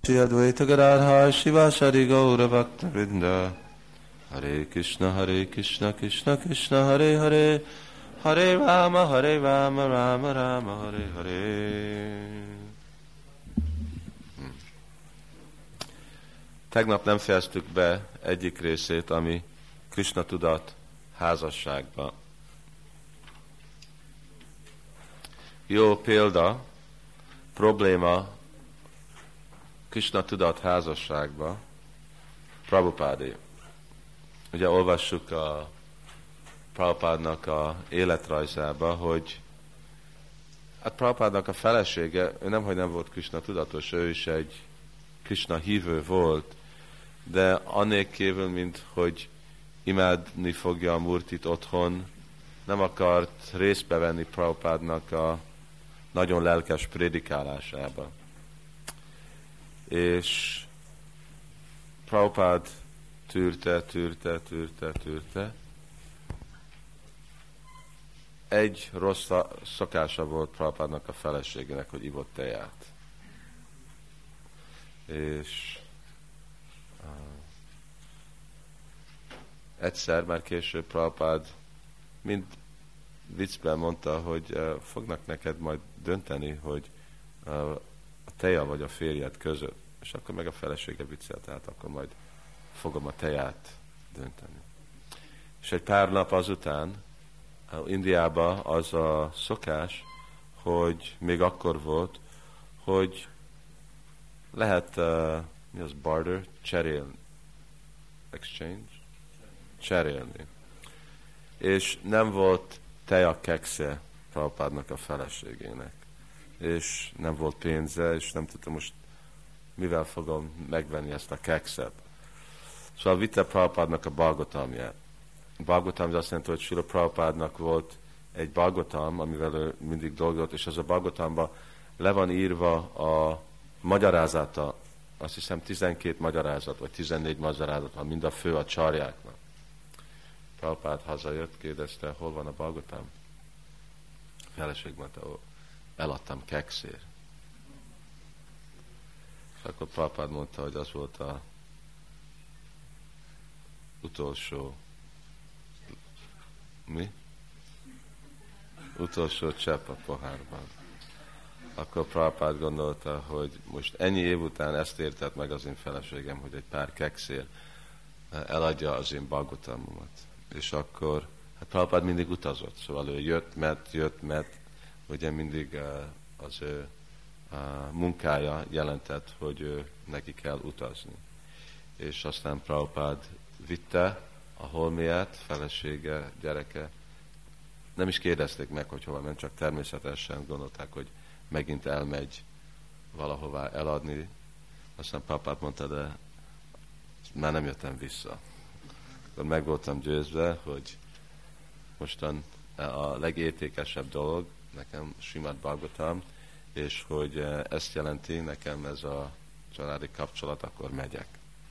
Shri Advaita Gadadhar Shivasari Gaura Bhakta Vrinda Hare Krishna Krishna Krishna Hare Hare Hare Rama Rama Rama Hare Hare. Tegnap nem fejeztük be egyik részét, ami Krishna tudat házasságba. Jó példa, probléma Krishna tudat házasságba, Prabhupádé. Ugye olvassuk a Prabhupádnak a életrajzába, hogy hát Prabhupádnak a felesége, ő nemhogy nem volt Krishna tudatos, ő is egy Krishna hívő volt, de annélkül, mint hogy imádni fogja a Murtit otthon, nem akart részt venni Prabhupádnak a nagyon lelkes prédikálásába. És Prabhupád tűrte. Egy rossz szokása volt Prabhupádnak a feleségének, hogy ivott teját. És egyszer, már később Prabhupád mind viccben mondta, hogy fognak neked majd dönteni, hogy a teja vagy a férjed között. És akkor meg a felesége viccelt, tehát akkor majd fogom a teját dönteni. És egy pár nap azután Indiában az a szokás, hogy még akkor volt, hogy lehet, mi az barter? Cserélni. Exchange? Cserélni. És nem volt teja kexe Prabhupádnak a feleségének. És nem volt pénze, és nem tudtam most mivel fogom megvenni ezt a kekszet. Szóval vitte Prabhupádnak a Bhagavatamját. A Bhagavatam azt jelenti, hogy Srila Prabhupádnak volt egy Bhagavatam, amivel ő mindig dolgozott, és az a Bhagavatamban le van írva a magyarázata, azt hiszem 12 magyarázat, vagy 14 magyarázat van, mind a fő a csarjáknak. Prabhupád hazajött, kérdezte, hol van a Bhagavatam? A feleség mondta, eladtam kekszért. És akkor Prabhupád mondta, hogy az volt a utolsó utolsó csepp a pohárban. Akkor Prabhupád gondolta, hogy most ennyi év után ezt értett meg az én feleségem, hogy egy pár kekszért eladja az én Bhagavatamomat. És akkor, hát Prabhupád mindig utazott, szóval ő jött, ment, ugye mindig az ő munkája jelentett, hogy ő neki kell utazni. És aztán Prabhupád vitte a holmiát, felesége, gyereke. Nem is kérdezték meg, hogy hova ment, csak természetesen gondolták, hogy megint elmegy valahová eladni. Aztán Prabhupád mondta, de már nem jöttem vissza. Akkor meg voltam győzve, hogy mostan a legértékesebb dolog nekem Srimad Bhagavatam, és hogy ezt jelenti nekem ez a családi kapcsolat, akkor megyek.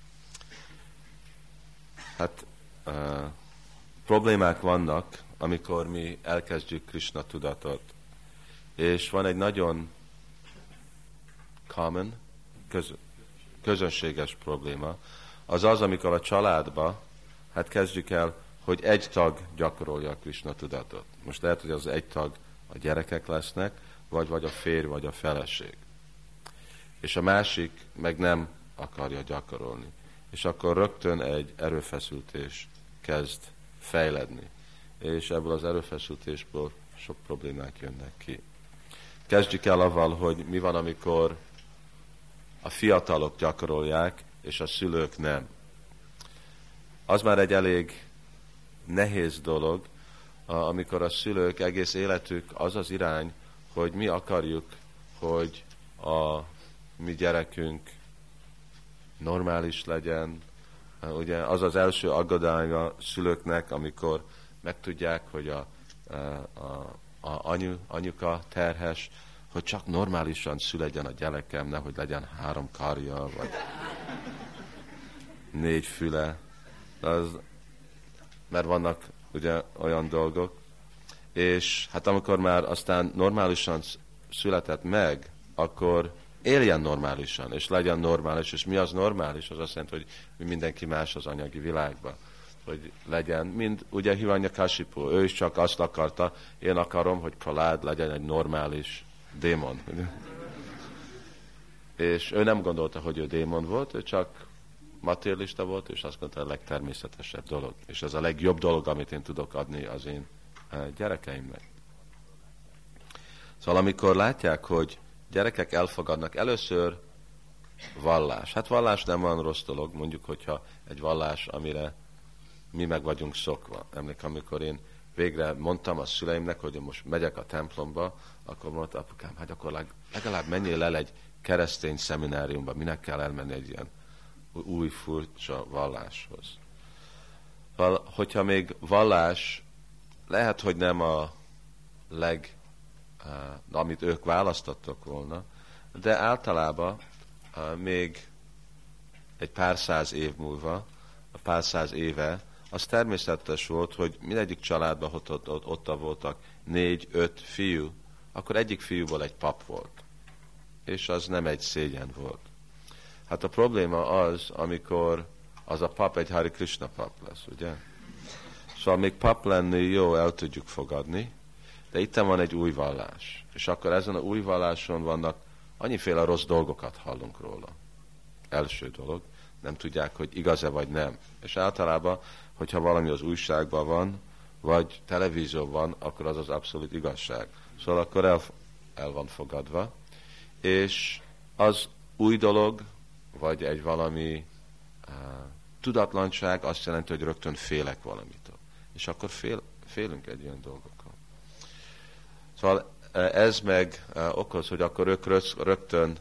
Hát problémák vannak, amikor mi elkezdjük Krishna tudatot. És van egy nagyon common, közönséges probléma. Az, amikor a családba, hát kezdjük el, hogy egy tag gyakorolja a Krishna tudatot. Most lehet, hogy az egy tag a gyerekek lesznek, vagy a férj, vagy a feleség. És a másik meg nem akarja gyakorolni. És akkor rögtön egy erőfeszültés kezd fejledni. És ebből az erőfeszültésből sok problémák jönnek ki. Kezdjük el avval, hogy mi van, amikor a fiatalok gyakorolják, és a szülők nem. Az már egy elég nehéz dolog, amikor a szülők egész életük az az irány, hogy mi akarjuk, hogy a mi gyerekünk normális legyen. Ugye az az első aggodalma a szülőknek, amikor megtudják, hogy a anyuka terhes, hogy csak normálisan születjen a gyerekem, nehogy legyen 3 karja, vagy 4 füle. Mert vannak ugye olyan dolgok, és hát amikor már aztán normálisan született meg, akkor éljen normálisan, és legyen normális, és mi az normális? Az azt jelenti, hogy mindenki más az anyagi világban. Hogy legyen, mind ugye Hiranyakasipu, ő is csak azt akarta, én akarom, hogy Prahlad legyen egy normális démon. És ő nem gondolta, hogy ő démon volt, ő csak materialista volt, és azt gondolta, a legtermészetesebb dolog. És ez a legjobb dolog, amit én tudok adni az én gyerekeimnek. Szóval amikor látják, hogy gyerekek elfogadnak először vallás. Hát vallás nem van rossz dolog, mondjuk, hogyha egy vallás, amire mi meg vagyunk szokva. Emlékszem, amikor én végre mondtam a szüleimnek, hogy én most megyek a templomba, akkor mondta apukám, hát akkor legalább menjél el egy keresztény szemináriumba, minek kell elmenni egy ilyen új furcsa valláshoz. Hogyha még vallás, lehet, hogy nem a amit ők választottak volna, de általában még egy pár száz év múlva, pár száz éve, az természetes volt, hogy mindegyik családban ott voltak 4-5 fiú, akkor egyik fiúból egy pap volt. És az nem egy szégyen volt. Hát a probléma az, amikor az a pap egy Hare Krishna pap lesz, ugye? Szóval még pap lenni jó, el tudjuk fogadni, de itt van egy új vallás. És akkor ezen a új valláson vannak annyiféle rossz dolgokat hallunk róla. Első dolog, nem tudják, hogy igaz-e vagy nem. És általában, hogyha valami az újságban van, vagy televízióban van, akkor az az abszolút igazság. Szóval akkor el van fogadva. És az új dolog, vagy egy valami tudatlanság azt jelenti, hogy rögtön félek valamitől. És akkor félünk egy ilyen dolgokról. Szóval ez meg okoz, hogy akkor ők rögtön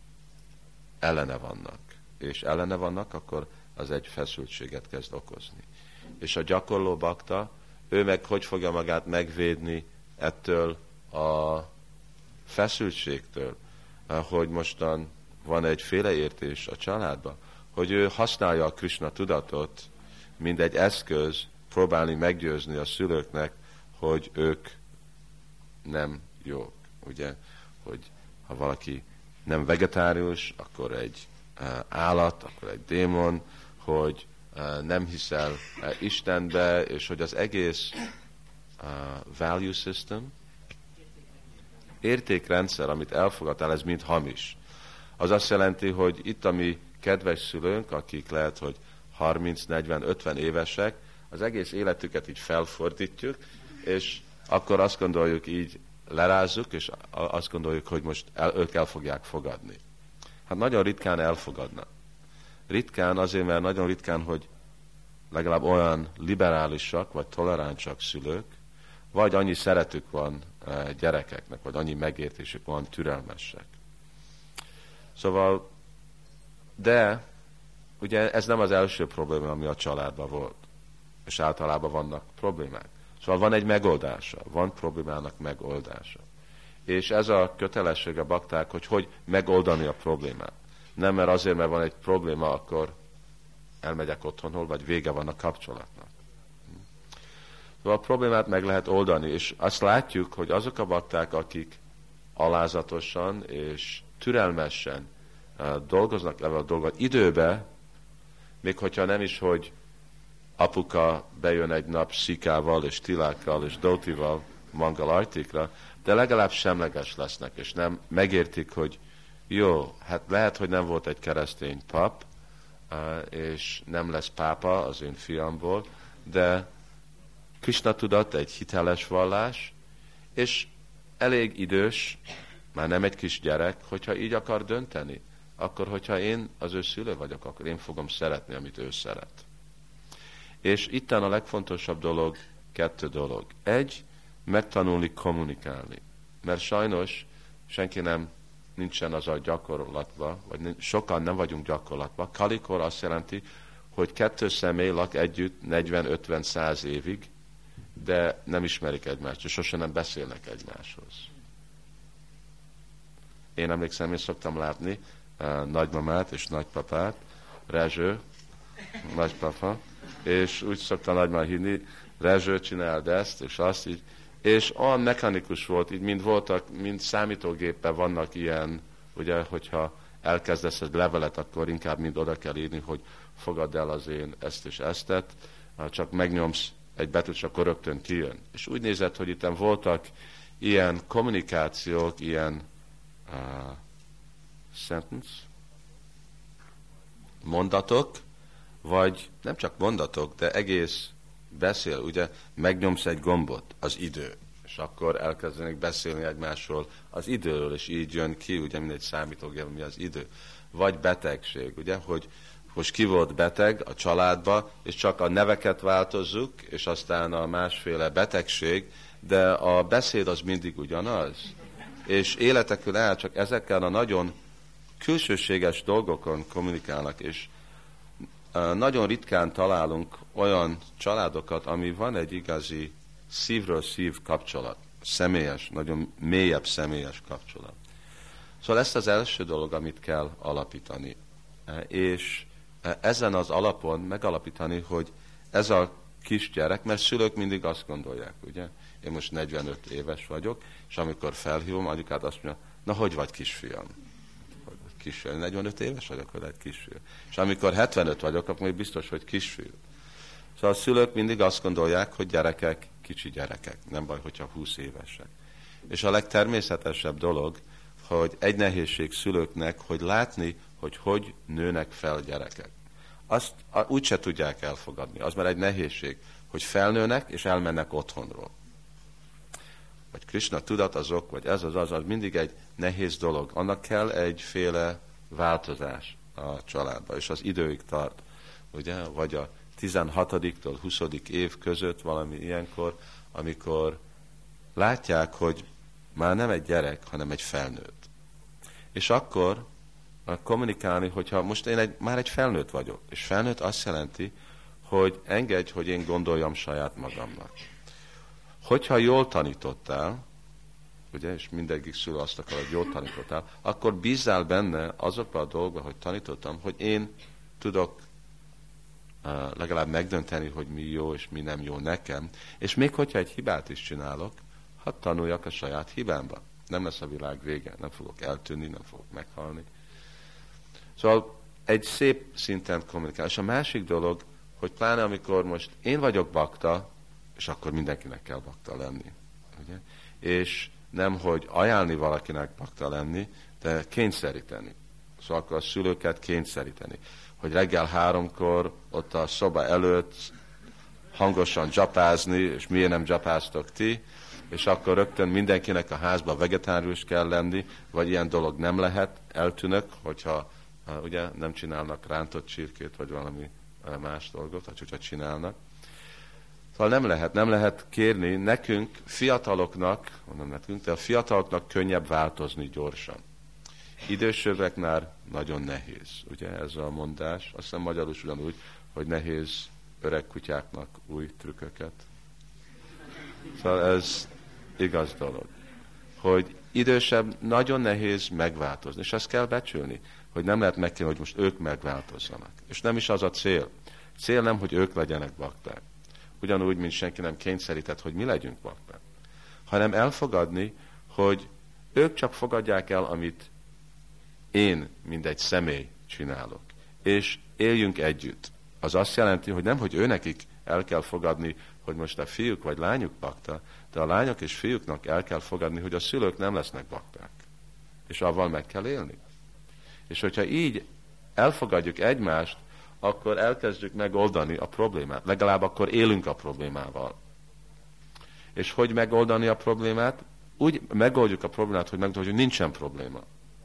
ellene vannak. És ellene vannak, akkor az egy feszültséget kezd okozni. És a gyakorló bakta, ő meg hogy fogja magát megvédni ettől a feszültségtől, hogy mostan van egy féleértés a családban, hogy ő használja a Krishna tudatot, mint egy eszköz, próbálni meggyőzni a szülőknek, hogy ők nem jók. Ugye, hogy ha valaki nem vegetárius, akkor egy állat, akkor egy démon, hogy nem hiszel Istenbe, és hogy az egész value system, értékrendszer, amit elfogadtál, ez mind hamis. Az azt jelenti, hogy itt a mi kedves szülőnk, akik lehet, hogy 30, 40, 50 évesek, az egész életüket így felfordítjuk, és akkor azt gondoljuk, így lerázzuk, és azt gondoljuk, hogy most ők el fogják fogadni. Hát nagyon ritkán elfogadnak. Ritkán azért, mert nagyon ritkán, hogy legalább olyan liberálisak, vagy toleránsak szülők, vagy annyi szeretük van gyerekeknek, vagy annyi megértésük van, türelmesek. Szóval, de ugye ez nem az első probléma, ami a családban volt. És általában vannak problémák. Szóval van egy megoldása, van problémának megoldása. És ez a kötelesség a bakták, hogy megoldani a problémát. Nem mert azért, mert van egy probléma, akkor elmegyek otthonról, vagy vége van a kapcsolatnak. Szóval a problémát meg lehet oldani, és azt látjuk, hogy azok a bakták, akik alázatosan és türelmesen dolgoznak le a dolgot időbe, még hogyha nem is, hogy apuka bejön egy nap szikával, és tilákkal, és dótival Mangal Artikra, de legalább semleges lesznek, és nem megértik, hogy jó, hát lehet, hogy nem volt egy keresztény pap, és nem lesz pápa az én fiamból, de Krishna tudat egy hiteles vallás, és elég idős, már nem egy kis gyerek, hogyha így akar dönteni, akkor, hogyha én az ő szülő vagyok, akkor én fogom szeretni, amit ő szeret. És itten a legfontosabb dolog, 2 dolog. 1, megtanulni kommunikálni. Mert sajnos senki nincsen az a gyakorlatban, vagy sokan nem vagyunk gyakorlatban. Kalikor azt jelenti, hogy 2 személy lak együtt 40-50-100 évig, de nem ismerik egymást, és sosem nem beszélnek egymáshoz. Én emlékszem, én szoktam látni nagymamát és nagypapát, Rezső, nagypapa, és úgy szoktam nagymama hinni, Rezső csináld ezt, és azt így, és olyan mechanikus volt, így mind voltak, mind számítógéppen vannak ilyen Ugye, hogyha elkezdesz egy levelet, akkor inkább mind oda kell írni, hogy fogadd el az én ezt és eztet, csak megnyomsz egy betűt, és akkor rögtön kijön. És úgy nézett, hogy itt voltak ilyen kommunikációk, ilyen mondatok, vagy nem csak mondatok, de egész beszél, ugye megnyomsz egy gombot, az idő, és akkor elkezdenek beszélni egymásról az időről, és így jön ki, ugye mindegy számítógép, mi az idő. Vagy betegség, ugye, hogy most ki volt beteg a családba, és csak a neveket változzuk, és aztán a másféle betegség, de a beszéd az mindig ugyanaz. És életekül el csak ezekkel a nagyon külsőséges dolgokon kommunikálnak, és nagyon ritkán találunk olyan családokat, ami van egy igazi szívről szív kapcsolat, személyes, nagyon mélyebb személyes kapcsolat. Szóval ezt az első dolog, amit kell alapítani. És ezen az alapon megalapítani, hogy ez a kisgyerek, mert szülők mindig azt gondolják, ugye? Én most 45 éves vagyok, és amikor felhívom, anyukát azt mondja, na hogy vagy kisfiam? Kisfiam, 45 éves vagyok, hogy egy kisfiú. És amikor 75 vagyok, akkor még biztos, hogy kisfiú. Szóval a szülők mindig azt gondolják, hogy gyerekek, kicsi gyerekek, nem baj, hogyha 20 évesek. És a legtermészetesebb dolog, hogy egy nehézség szülőknek, hogy látni, hogy nőnek fel gyerekek. Azt úgyse tudják elfogadni. Az már egy nehézség, hogy felnőnek és elmennek otthonról. Vagy Krishna tudat azok, vagy ez az mindig egy nehéz dolog. Annak kell egyféle változás a családba, és az időig tart. Ugye? Vagy a 16-tól 20. év között valami ilyenkor, amikor látják, hogy már nem egy gyerek, hanem egy felnőtt. És akkor kommunikálni, hogyha most én már egy felnőtt vagyok, és felnőtt azt jelenti, hogy engedj, hogy én gondoljam saját magamnak. Hogyha jól tanítottál, ugye, és mindegyik szülő azt akar, hogy jól tanítottál, akkor bízzál benne azokba a dolgokba, hogy tanítottam, hogy én tudok legalább megdönteni, hogy mi jó és mi nem jó nekem, és még hogyha egy hibát is csinálok, hadd tanuljak a saját hibámba. Nem lesz a világ vége, nem fogok eltűnni, nem fogok meghalni. Szóval egy szép szinten kommunikál. És a másik dolog, hogy pláne amikor most én vagyok bakta, és akkor mindenkinek kell bakta lenni. Ugye? És nem, hogy ajánlni valakinek bakta lenni, de kényszeríteni. Szóval akkor a szülőket kényszeríteni. Hogy reggel 3-kor ott a szoba előtt hangosan dzsapázni, és miért nem dzsapáztok ti, és akkor rögtön mindenkinek a házban vegetárius kell lenni, vagy ilyen dolog nem lehet, eltűnök, hogyha ugye nem csinálnak rántott csirkét, vagy valami más dolgot, hogyha csinálnak. Szóval nem lehet kérni nekünk, fiataloknak, mondom nekünk, de a fiataloknak könnyebb változni gyorsan. Idősebbeknál nagyon nehéz, ugye ez a mondás, azt hiszem magyarul is ugyanúgy, hogy nehéz öreg kutyáknak új trükköket. Szóval ez igaz dolog, hogy idősebb nagyon nehéz megváltozni, és ezt kell becsülni, hogy nem lehet megkérni, hogy most ők megváltozzanak. És nem is az a cél. Cél nem, hogy ők legyenek bakták. Ugyanúgy, mint senki nem kényszerített, hogy mi legyünk bakták. Hanem elfogadni, hogy ők csak fogadják el, amit én, mint egy személy csinálok. És éljünk együtt. Az azt jelenti, hogy nem, hogy őnekik el kell fogadni, hogy most a fiúk vagy lányuk bakta, de a lányok és fiúknak el kell fogadni, hogy a szülők nem lesznek bakták. És avval meg kell élni. És hogyha így elfogadjuk egymást, akkor elkezdjük megoldani a problémát. Legalább akkor élünk a problémával. És hogy megoldani a problémát? Úgy megoldjuk a problémát, hogy megmondjuk, hogy nincsen probléma.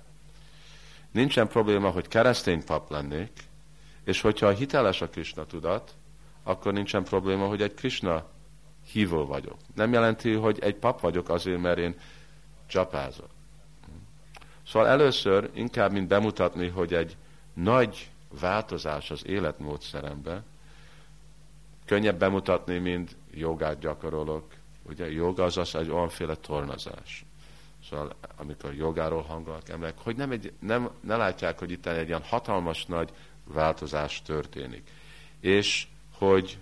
Nincsen probléma, hogy keresztény pap lennék, és hogyha hiteles a Krishna tudat, akkor nincsen probléma, hogy egy Krishna hívó vagyok. Nem jelenti, hogy egy pap vagyok azért, mert én dzsapázok. Szóval először inkább, mint bemutatni, hogy egy nagy változás az életmódszeremben, könnyebb bemutatni, mint jogát gyakorolok. Ugye joga az egy olyanféle tornazás. Szóval amikor jogáról hangolnak emberek, hogy ne látják, hogy itt egy ilyen hatalmas nagy változás történik. És hogy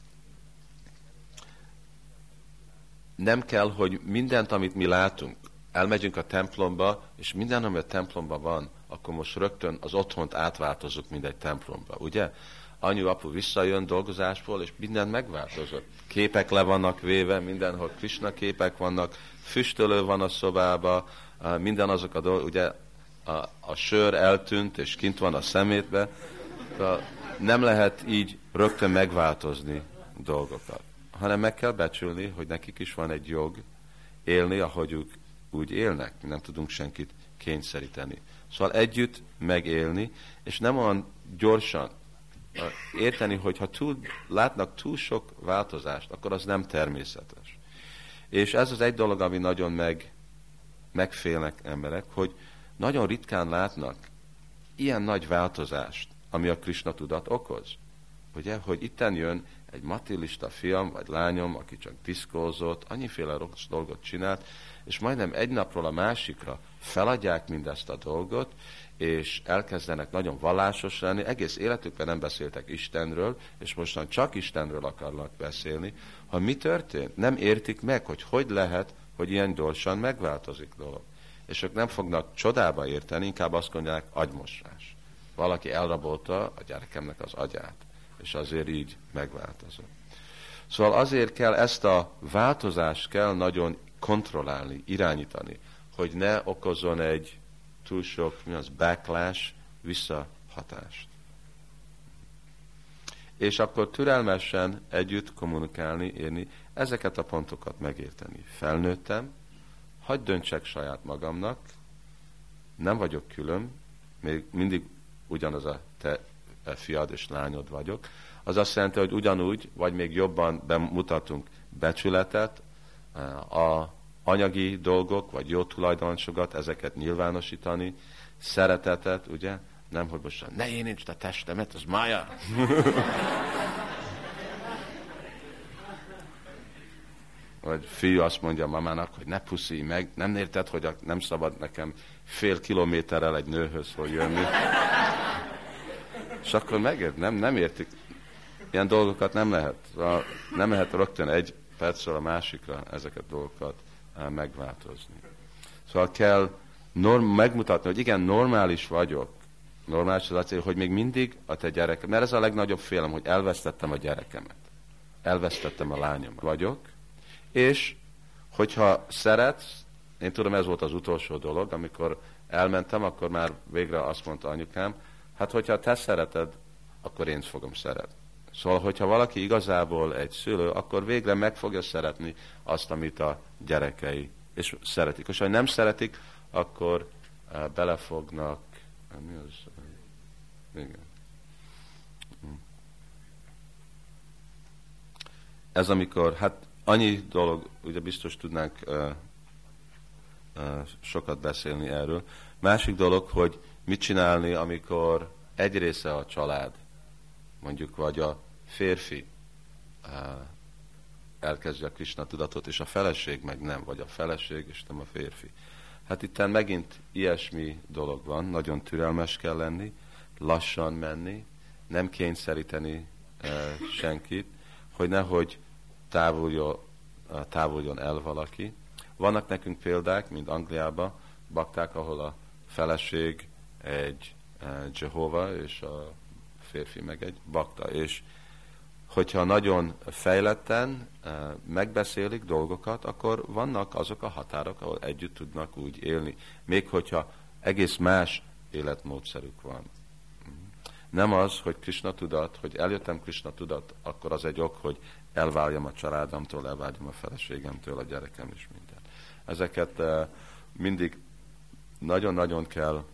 nem kell, hogy mindent, amit mi látunk, elmegyünk a templomba, és minden, ami a templomban van, akkor most rögtön az otthont átváltozunk, mint egy templomba, ugye? Anyu, apu visszajön dolgozásból, és minden megváltozott. Képek le vannak véve, mindenhol Krishna képek vannak, füstölő van a szobába, minden azok a dolgok, ugye a sör eltűnt, és kint van a szemétbe. Nem lehet így rögtön megváltozni dolgokat, hanem meg kell becsülni, hogy nekik is van egy jog élni, ahogy ők úgy élnek. Nem tudunk senkit kényszeríteni. Szóval együtt megélni, és nem olyan gyorsan érteni, hogy ha látnak túl sok változást, akkor az nem természetes. És ez az egy dolog, ami nagyon megfélnek emberek, hogy nagyon ritkán látnak ilyen nagy változást, ami a Krishna tudat okoz. Ugye, hogy itten jön egy materialista fiam vagy lányom, aki csak diszkózott, annyiféle rossz dolgot csinált, és majdnem egy napról a másikra feladják mindezt a dolgot, és elkezdenek nagyon vallásos lenni, egész életükben nem beszéltek Istenről, és mostan csak Istenről akarnak beszélni. Ha mi történt? Nem értik meg, hogy lehet, hogy ilyen gyorsan megváltozik dolog. És ők nem fognak csodába érteni, inkább azt mondják, agymosás. Valaki elrabolta a gyerekemnek az agyát, és azért így megváltozott. Szóval azért kell ezt a változást kell nagyon kontrollálni, irányítani, hogy ne okozzon egy túl sok, backlash, visszahatást. És akkor türelmesen együtt kommunikálni, érni, ezeket a pontokat megérteni. Felnőttem, hagyd döntsek saját magamnak, nem vagyok külön, még mindig ugyanaz a te fiad és lányod vagyok. Az azt jelenti, hogy ugyanúgy, vagy még jobban bemutatunk becsületet, a anyagi dolgok, vagy jó tulajdonságokat, ezeket nyilvánosítani, szeretetet, ugye? Nem, hogy most ne érintsd a testemet, az mája. Vagy fiú azt mondja a mamának, hogy ne puszíj meg, nem érted, hogy nem szabad nekem fél kilométerrel egy nőhöz hogy jönni. És akkor megért, nem értik. Ilyen dolgokat nem lehet. Nem lehet rögtön egy percről a másikra ezeket dolgokat megváltozni. Szóval kell megmutatni, hogy igen, normális vagyok. Normális az cél, hogy még mindig a te gyerekem, mert ez a legnagyobb félem, hogy elvesztettem a gyerekemet. Elvesztettem a lányomat. Vagyok. És hogyha szeretsz, én tudom, ez volt az utolsó dolog, amikor elmentem, akkor már végre azt mondta anyukám, hát hogyha te szereted, akkor én fogom szeretni. Szóval, hogyha valaki igazából egy szülő, akkor végre meg fogja szeretni azt, amit a gyerekei és szeretik. És ha nem szeretik, akkor belefognak. Mi az? Igen. Ez amikor, hát annyi dolog, ugye biztos tudnánk sokat beszélni erről. Másik dolog, hogy mit csinálni, amikor egy része a család, mondjuk vagy a férfi elkezdje a Krishna tudatot, és a feleség meg nem, vagy a feleség, és nem a férfi. Hát itten megint ilyesmi dolog van, nagyon türelmes kell lenni, lassan menni, nem kényszeríteni senkit, hogy nehogy távoljon el valaki. Vannak nekünk példák, mint Angliában, bakták, ahol a feleség egy Jehova, és a férfi meg egy bakta. És hogyha nagyon fejletten megbeszélik dolgokat, akkor vannak azok a határok, ahol együtt tudnak úgy élni. Még hogyha egész más életmódszerük van. Nem az, hogy Krishna tudat, hogy eljöttem Krishna tudat, akkor az egy ok, hogy elváljam a családomtól, elváljam a feleségemtől, a gyerekem is minden. Ezeket mindig nagyon-nagyon kell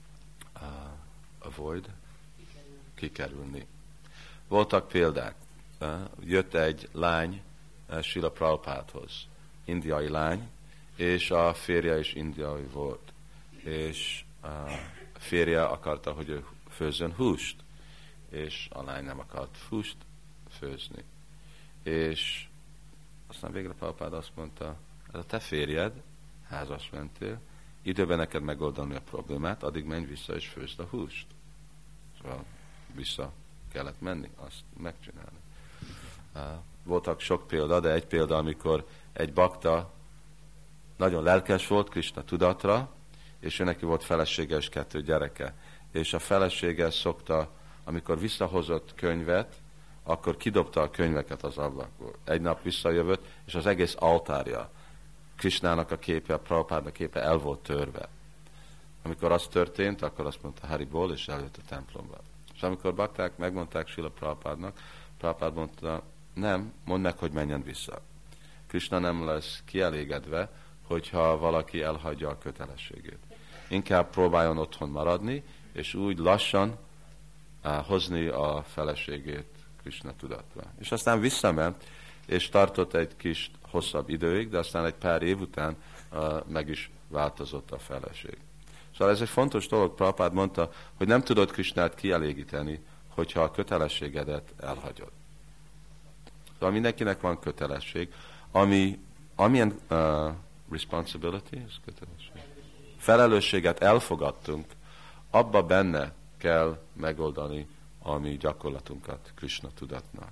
kikerülni. Voltak példák. Jött egy lány Srila Prabhupádhoz, indiai lány, és a férje is indiai volt. És a férje akarta, hogy ő főzzön húst, és a lány nem akart húst főzni. És aztán végre Prabhupád azt mondta, ez a te férjed, házas mentél, időben neked megoldani a problémát, addig menj vissza és főzd a húst. Szóval vissza kellett menni, azt megcsinálni. Voltak sok példa, de egy példa, amikor egy bakta nagyon lelkes volt Krishna tudatra, és ő neki volt felesége és 2 gyereke. És a felesége szokta, amikor visszahozott könyvet, akkor kidobta a könyveket az ablakból. Egy nap visszajövött, és az egész altárja, Krishnának a képe, a Prabhupádnak képe el volt törve. Amikor az történt, akkor azt mondta Haribol, és eljött a templomba. És amikor bakták megmondták Srila Prabhupádnak, Prabhupád mondta, nem, mondd meg, hogy menjen vissza. Krishna nem lesz kielégedve, hogyha valaki elhagyja a kötelességét. Inkább próbáljon otthon maradni, és úgy lassan hozni a feleségét Krishna tudatba. És aztán visszament, és tartott egy kis hosszabb időig, de aztán egy pár év után meg is változott a feleség. Szóval ez egy fontos dolog, Prabhupád mondta, hogy nem tudod Krishnát kielégíteni, hogyha a kötelességedet elhagyod. Szóval mindenkinek van kötelesség, amilyen responsibility, ez kötelesség. Felelősséget elfogadtunk, abba benne kell megoldani a mi gyakorlatunkat Krishna tudatnak.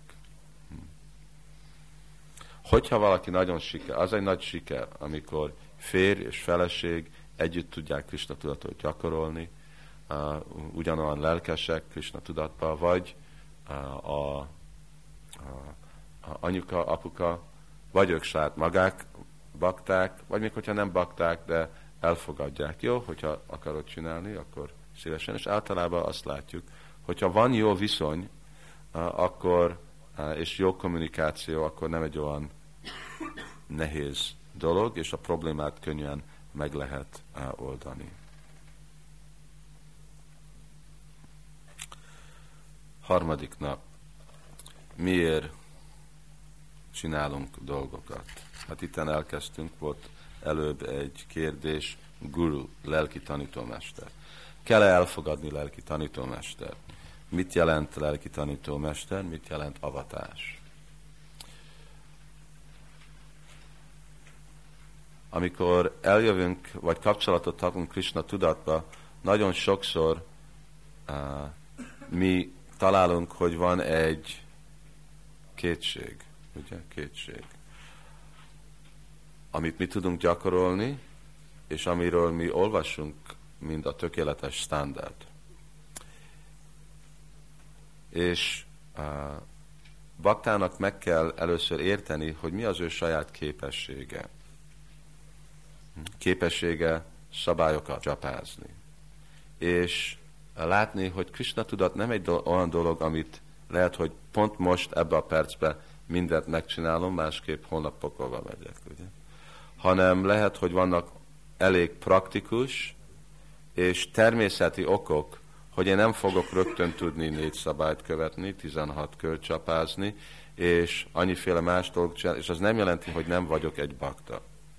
Hogyha valaki nagyon siker, az egy nagy siker, amikor férj és feleség együtt tudják Krishna tudatot gyakorolni, ugyanolyan lelkesek Krishna tudatba, vagy a anyuka, apuka, vagy ők saját magák bakták, vagy még hogyha nem bakták, de elfogadják. Jó, hogyha akarod csinálni, akkor szívesen. És általában azt látjuk, hogyha van jó viszony, akkor, és jó kommunikáció, akkor nem egy olyan nehéz dolog, és a problémát könnyen meg lehet oldani. Harmadik nap. Miért csinálunk dolgokat? Hát itten elkezdtünk, volt előbb egy kérdés, guru, lelki tanítómester. Kell-e elfogadni lelki tanítómester? Mit jelent lelki tanítómester? Mit jelent avatás? Amikor eljövünk, vagy kapcsolatot tartunk Krishna tudatba, nagyon sokszor mi találunk, hogy van egy kétség, ugye? Kétség. Amit mi tudunk gyakorolni, és amiről mi olvasunk, mint a tökéletes standard. És baktának meg kell először érteni, hogy mi az ő saját képessége. Képessége szabályokat japázni. És látni, hogy Krishna tudat nem egy olyan dolog, amit lehet, hogy pont most, ebbe a percben mindent megcsinálom, másképp holnap pokolba megyek. Ugye? Hanem lehet, hogy vannak elég praktikus és természeti okok, hogy én nem fogok rögtön tudni 4 szabályt követni, 16 kört csapázni, és annyiféle más dolgot csinálni, és az nem jelenti, hogy nem vagyok egy bakta.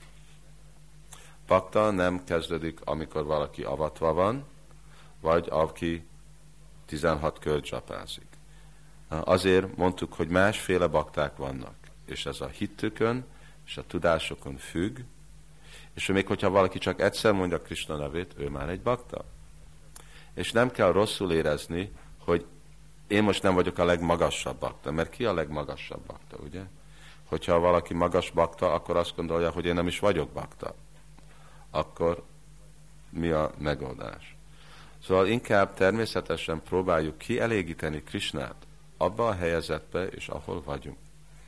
Bakta nem kezdődik, amikor valaki avatva van, vagy aki 16 kört csapázik. Azért mondtuk, hogy másféle bakták vannak, és ez a hittükön és a tudásokon függ, és még hogyha valaki csak egyszer mondja Krishna nevét, ő már egy bakta. És nem kell rosszul érezni, hogy én most nem vagyok a legmagasabb bakta, mert ki a legmagasabb bakta, ugye? Hogyha valaki magas bakta, akkor azt gondolja, hogy én nem is vagyok bakta. Akkor mi a megoldás? Szóval inkább természetesen próbáljuk kielégíteni Krishnát abba a helyezetbe, és ahol vagyunk.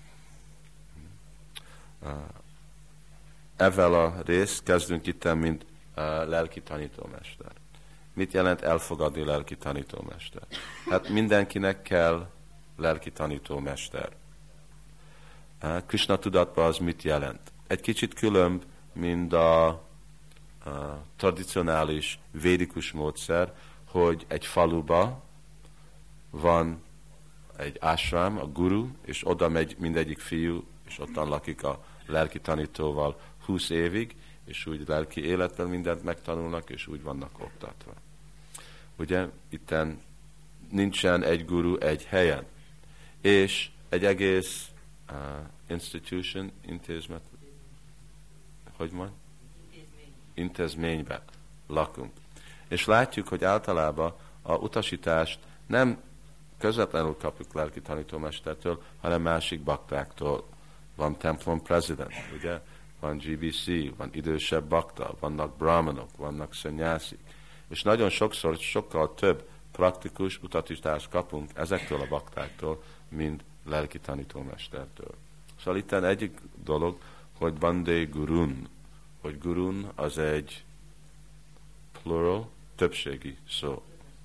Ezzel a részt kezdünk itt, mint lelki tanítómester. Mit jelent elfogadni lelki tanítómester? Hát mindenkinek kell lelki tanítómester. Krishna tudatban az mit jelent? Egy kicsit különb, mint a tradicionális védikus módszer, hogy egy faluba van egy ashram, a guru, és oda megy mindegyik fiú, és ottan lakik a lelki tanítóval 20 évig, és úgy lelki életben mindent megtanulnak, és úgy vannak oktatva. Ugye, itten nincsen egy guru egy helyen, és egy egész institution, intézmény, hogy van? Intézményben lakunk. És látjuk, hogy általában a utasítást nem közvetlenül kapjuk lelki tanítómestertől, hanem másik baktáktól. Van templom president, ugye? van GBC, van idősebb bakta, vannak brahmanok, vannak sannyásik. És nagyon sokszor sokkal több praktikus utatítást kapunk ezektől a baktáktól, mint lelki tanítómestertől. Szóval itt egyik dolog, hogy Bande Gurun, hogy Gurun az egy plural, többségi szó.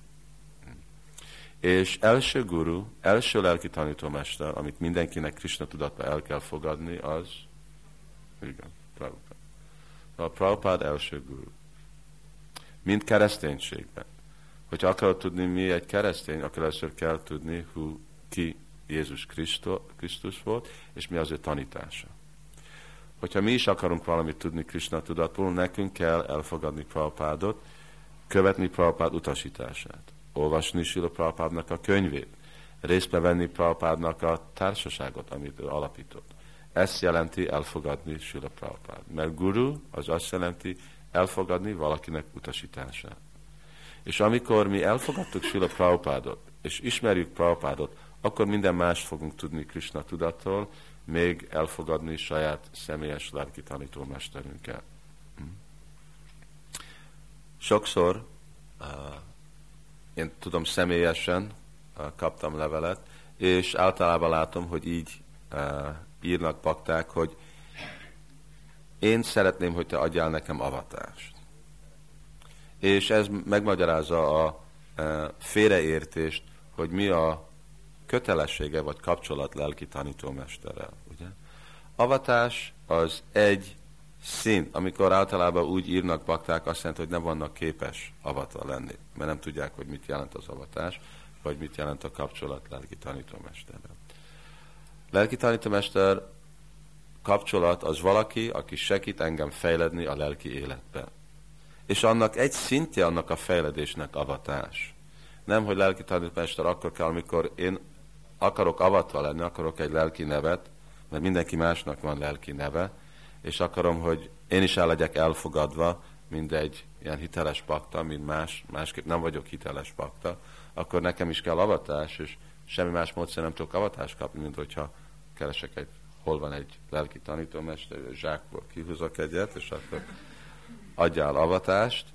És első guru, első lelki tanítómester, amit mindenkinek Krishna tudatba el kell fogadni, az igen, Prabhupád. A Prabhupád első guru. Mint kereszténységben. Hogyha akarod tudni, mi egy keresztény, akkor először kell tudni, ki Jézus Krisztus volt, és mi az ő tanítása. Hogyha mi is akarunk valamit tudni Krishna tudatból, nekünk kell elfogadni Prabhupádot, követni Prabhupád utasítását, olvasni Srila Prabhupádnak a könyvét, részt venni Prabhupádnak a társaságot, amit ő alapított. Ezt jelenti elfogadni Srila Prabhupád. Mert guru az azt jelenti elfogadni valakinek utasítását. És amikor mi elfogadtuk Srila Prabhupádot, és ismerjük Prabhupádot, akkor minden mást fogunk tudni Krishna tudattól, még elfogadni saját személyes lelki tanítómesterünkkel. Sokszor én tudom személyesen kaptam levelet, és általában látom, hogy így írnak bakták, hogy én szeretném, hogy te adjál nekem avatást. És ez megmagyarázza a félreértést, hogy mi a kötelessége vagy kapcsolat lelki tanítómesterrel. Ugye? Avatás az egy szint, amikor általában úgy írnak bakták, azt jelenti, hogy nem vannak képes avata lenni, mert nem tudják, hogy mit jelent az avatás, vagy mit jelent a kapcsolat lelki tanítómesterrel. Lelki tanítómester kapcsolat az valaki, aki segít engem fejledni a lelki életben. És annak egy szintje annak a fejledésnek avatás. Nem, hogy lelki tanítómester akkor kell, amikor én akarok avatva lenni, akarok egy lelki nevet, mert mindenki másnak van lelki neve, és akarom, hogy én is el legyek elfogadva, mint egy ilyen hiteles bakta, mint másképp nem vagyok hiteles bakta, akkor nekem is kell avatás, és semmi más módszer nem tudok avatást kapni, mint hogyha keresek hol van egy lelki tanítómester, zsákból kihúzok egyet, és akkor adjál avatást,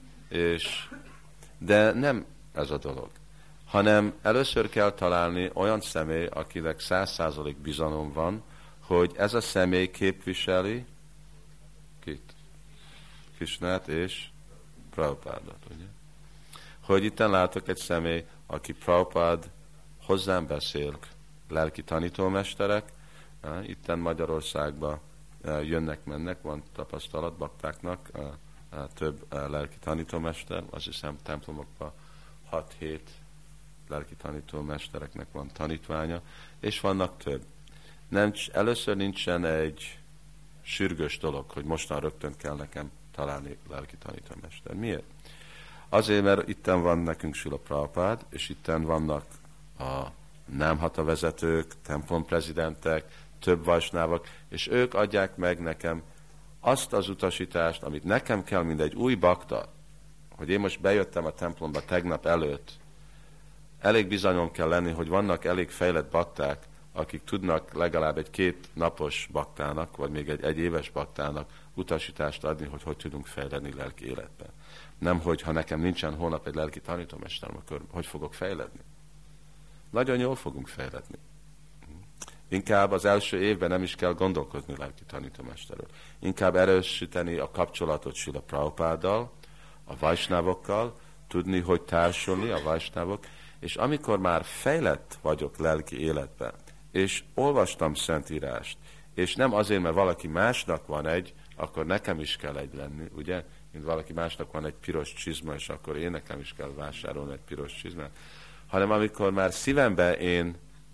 de nem ez a dolog, hanem először kell találni olyan személy, akinek 100% bizalom van, hogy ez a személy képviseli kit? Krishnát és Prabhupádot, ugye? Hogy itten látok egy személy, aki Prabhupád hozzám beszél, lelki tanítómesterek, itten Magyarországban jönnek-mennek, van tapasztalat baktáknak, több lelki tanítómester, azt hiszem templomokban 6-7 lelki tanítómestereknek van tanítványa, és vannak több. Először nincsen egy sürgős dolog, hogy mostan rögtön kell nekem találni lelki tanítómester. Miért? Azért, mert itten van nekünk Srila Prabhupád, és itten vannak a námhata vezetők, templomprezidentek, több vajsnávok, és ők adják meg nekem azt az utasítást, amit nekem kell, mint egy új bakta, hogy én most bejöttem a templomba tegnap előtt, elég bizonyom kell lenni, hogy vannak elég fejlett bakták, akik tudnak legalább egy 2 napos baktának, vagy még egy éves baktának utasítást adni, hogy tudunk fejledni lelki életben. Nem, hogy ha nekem nincsen holnap egy lelki tanítómesterem, akkor hogy fogok fejledni? Nagyon jól fogunk fejledni. Inkább az első évben nem is kell gondolkozni lelki tanítómesterről. Inkább erősíteni a kapcsolatot Srila Prabhupáddal, a vajsnávokkal, tudni, hogy társulni a vajsnávok, és amikor már fejlett vagyok lelki életben, és olvastam Szentírást, és nem azért, mert valaki másnak van egy, akkor nekem is kell egy lenni, ugye? Mint valaki másnak van egy piros csizma, és akkor én nekem is kell vásárolni egy piros csizmát. Hanem amikor már szívemben én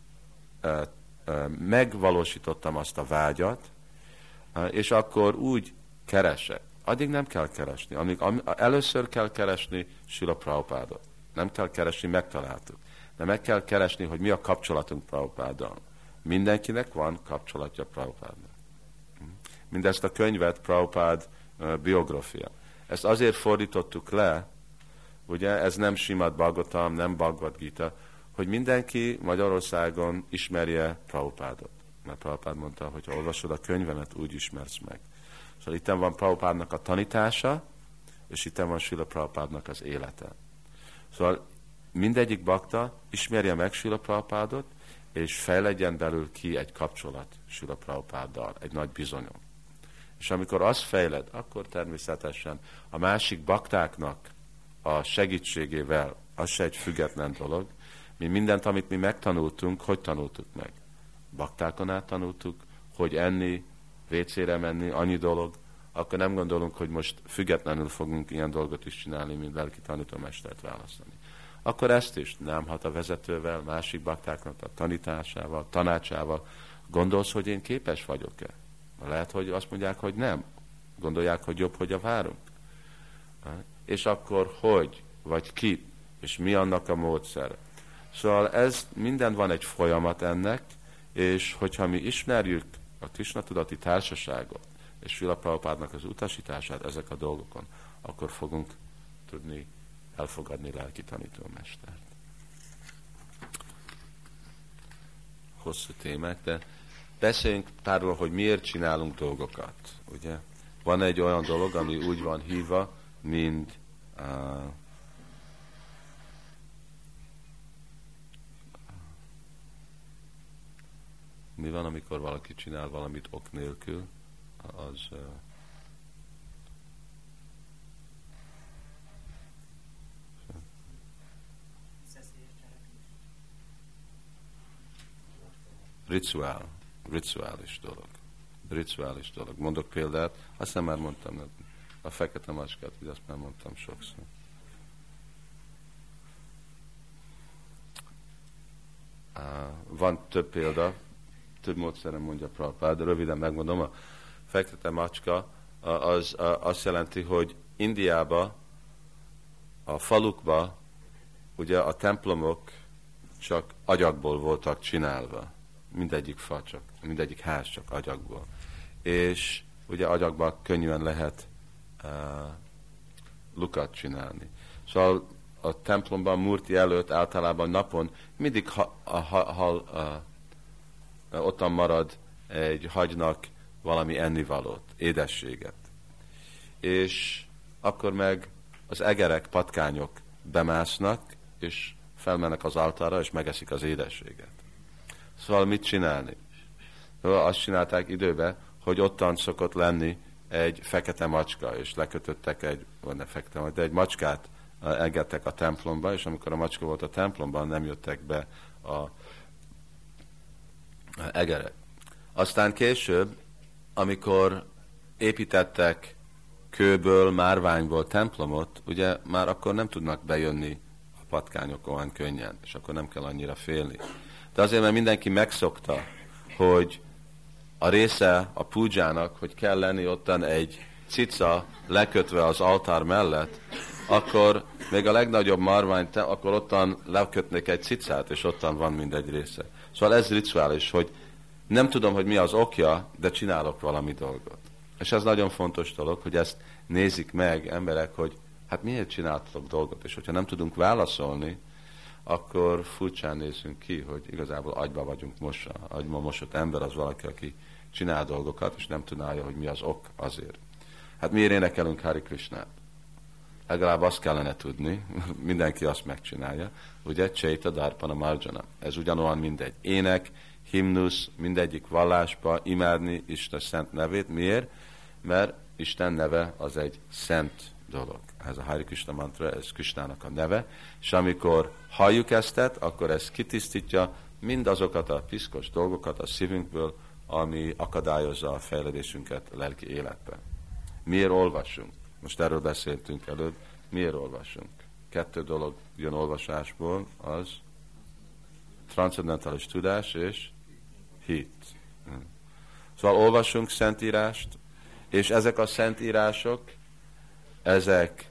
megvalósítottam azt a vágyat, és akkor úgy keresek. Addig nem kell keresni. Először kell keresni Srila Prabhupádot. Nem kell keresni, megtaláltuk. De meg kell keresni, hogy mi a kapcsolatunk Prabhupáddal. Mindenkinek van kapcsolatja Prabhupádnak. Mindezt a könyvet, Prabhupád biográfia. Ezt azért fordítottuk le, ugye, ez nem Simad Bhagavatam, nem Bhagavad Gita, hogy mindenki Magyarországon ismerje Prabhupádot. Mert Prabhupád mondta, hogy ha olvasod a könyvemet, úgy ismersz meg. Szóval itt van Prabhupádnak a tanítása, és itt van Srila Prabhupádnak az élete. Szóval mindegyik bakta ismerje meg Srila Prabhupádot, és fejlegyen belül ki egy kapcsolat Srila Prabhupáddal, egy nagy bizonyom. És amikor az fejled, akkor természetesen a másik baktáknak a segítségével, az se egy független dolog. Mi mindent, amit mi megtanultunk, hogy tanultuk meg? Baktákon át tanultuk, hogy enni, WC-re menni, annyi dolog, akkor nem gondolunk, hogy most függetlenül fogunk ilyen dolgot is csinálni, mint lelki tanítómestert választani. Akkor ezt is nem hat a vezetővel, másik baktáknak a tanításával, tanácsával. Gondolsz, hogy én képes vagyok-e? Lehet, hogy azt mondják, hogy nem. Gondolják, hogy jobb, hogy a várunk. És akkor hogy, vagy ki, és mi annak a módszere. Szóval ez minden van egy folyamat ennek, és hogyha mi ismerjük a Krisna tudati társaságot, és Srila Prabhupádnak az utasítását ezek a dolgokon, akkor fogunk tudni elfogadni lelki tanítómestert. Hosszú témák, de beszéljünk párról, hogy miért csinálunk dolgokat. Ugye? Van egy olyan dolog, ami úgy van hívva, mint mi van, amikor valaki csinál valamit ok nélkül, az rituális dolog. Mondok példát, aztán már mondtam, a fekete macskát, hogy azt már mondtam sokszor. Van több példa, több módszeren mondja Prabhupád, de röviden megmondom, a fekete macska az azt jelenti, hogy Indiába, a falukba, ugye a templomok csak agyagból voltak csinálva. Mindegyik fa csak, mindegyik ház csak agyagból. És ugye agyagban könnyűen lehet lukat csinálni. Szóval a templomban, Murti előtt általában napon mindig ottan marad egy hagynak valami ennivalót, édességet. És akkor meg az egerek, patkányok bemásznak, és felmennek az altára, és megeszik az édességet. Szóval mit csinálni? Azt csinálták időben, hogy ottan szokott lenni egy fekete macska, és lekötöttek de egy macskát engedtek a templomba, és amikor a macska volt a templomban, nem jöttek be a egerek. Aztán később, amikor építettek kőből, márványból templomot, ugye már akkor nem tudnak bejönni a patkányok olyan könnyen, és akkor nem kell annyira félni. De azért, mert mindenki megszokta, hogy a része a púdzsának, hogy kell lenni ottan egy cica lekötve az altár mellett, akkor még a legnagyobb marványt, akkor ottan lekötnék egy cicát, és ottan van mindegy része. Szóval ez rituális, hogy nem tudom, hogy mi az okja, de csinálok valami dolgot. És ez nagyon fontos dolog, hogy ezt nézik meg emberek, hogy hát miért csináltok dolgot, és hogyha nem tudunk válaszolni, akkor furcsán nézünk ki, hogy igazából agyba vagyunk mosva. Agyba mosott ember az valaki, aki csinál dolgokat, és nem tudnálja, hogy mi az ok azért. Hát miért énekelünk Hari Krishnát? Legalább azt kellene tudni, mindenki azt megcsinálja, ugye, Chaita Darpana Marjana. Ez ugyanolyan mindegy. Ének, himnusz, mindegyik vallásba imádni Isten szent nevét. Miért? Mert Isten neve az egy szent dolog. Ez a Hari Krishna mantra, ez Krishnának a neve, és amikor halljuk eztet, akkor ez kitisztítja mindazokat a piszkos dolgokat a szívünkből, ami akadályozza a fejlődésünket a lelki életben. Miért olvasunk? Most erről beszéltünk előbb. Miért olvasunk? 2 dolog jön olvasásból, az transzendentális tudás és hit. Szóval olvasunk szentírást, és ezek a szentírások, ezek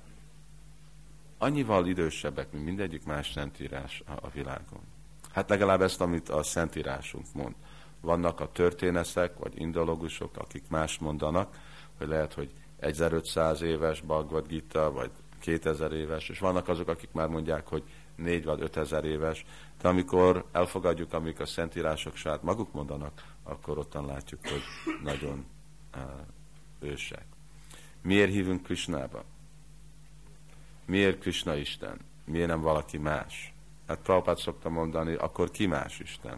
annyival idősebbek, mint mindegyik más szentírás a világon. Hát legalább ezt, amit a szentírásunk mond. Vannak a történeszek, vagy indológusok, akik más mondanak, hogy lehet, hogy 1500 éves Bhagavad Gita, vagy 2000 éves, és vannak azok, akik már mondják, hogy 4 vagy 5000 éves, de amikor elfogadjuk, amik a szentírások saját maguk mondanak, akkor ottan látjuk, hogy nagyon ősek. Miért hívunk Krishnába? Miért Krishna Isten? Miért nem valaki más? Hát Prabhupád szokta mondani, akkor ki más Isten?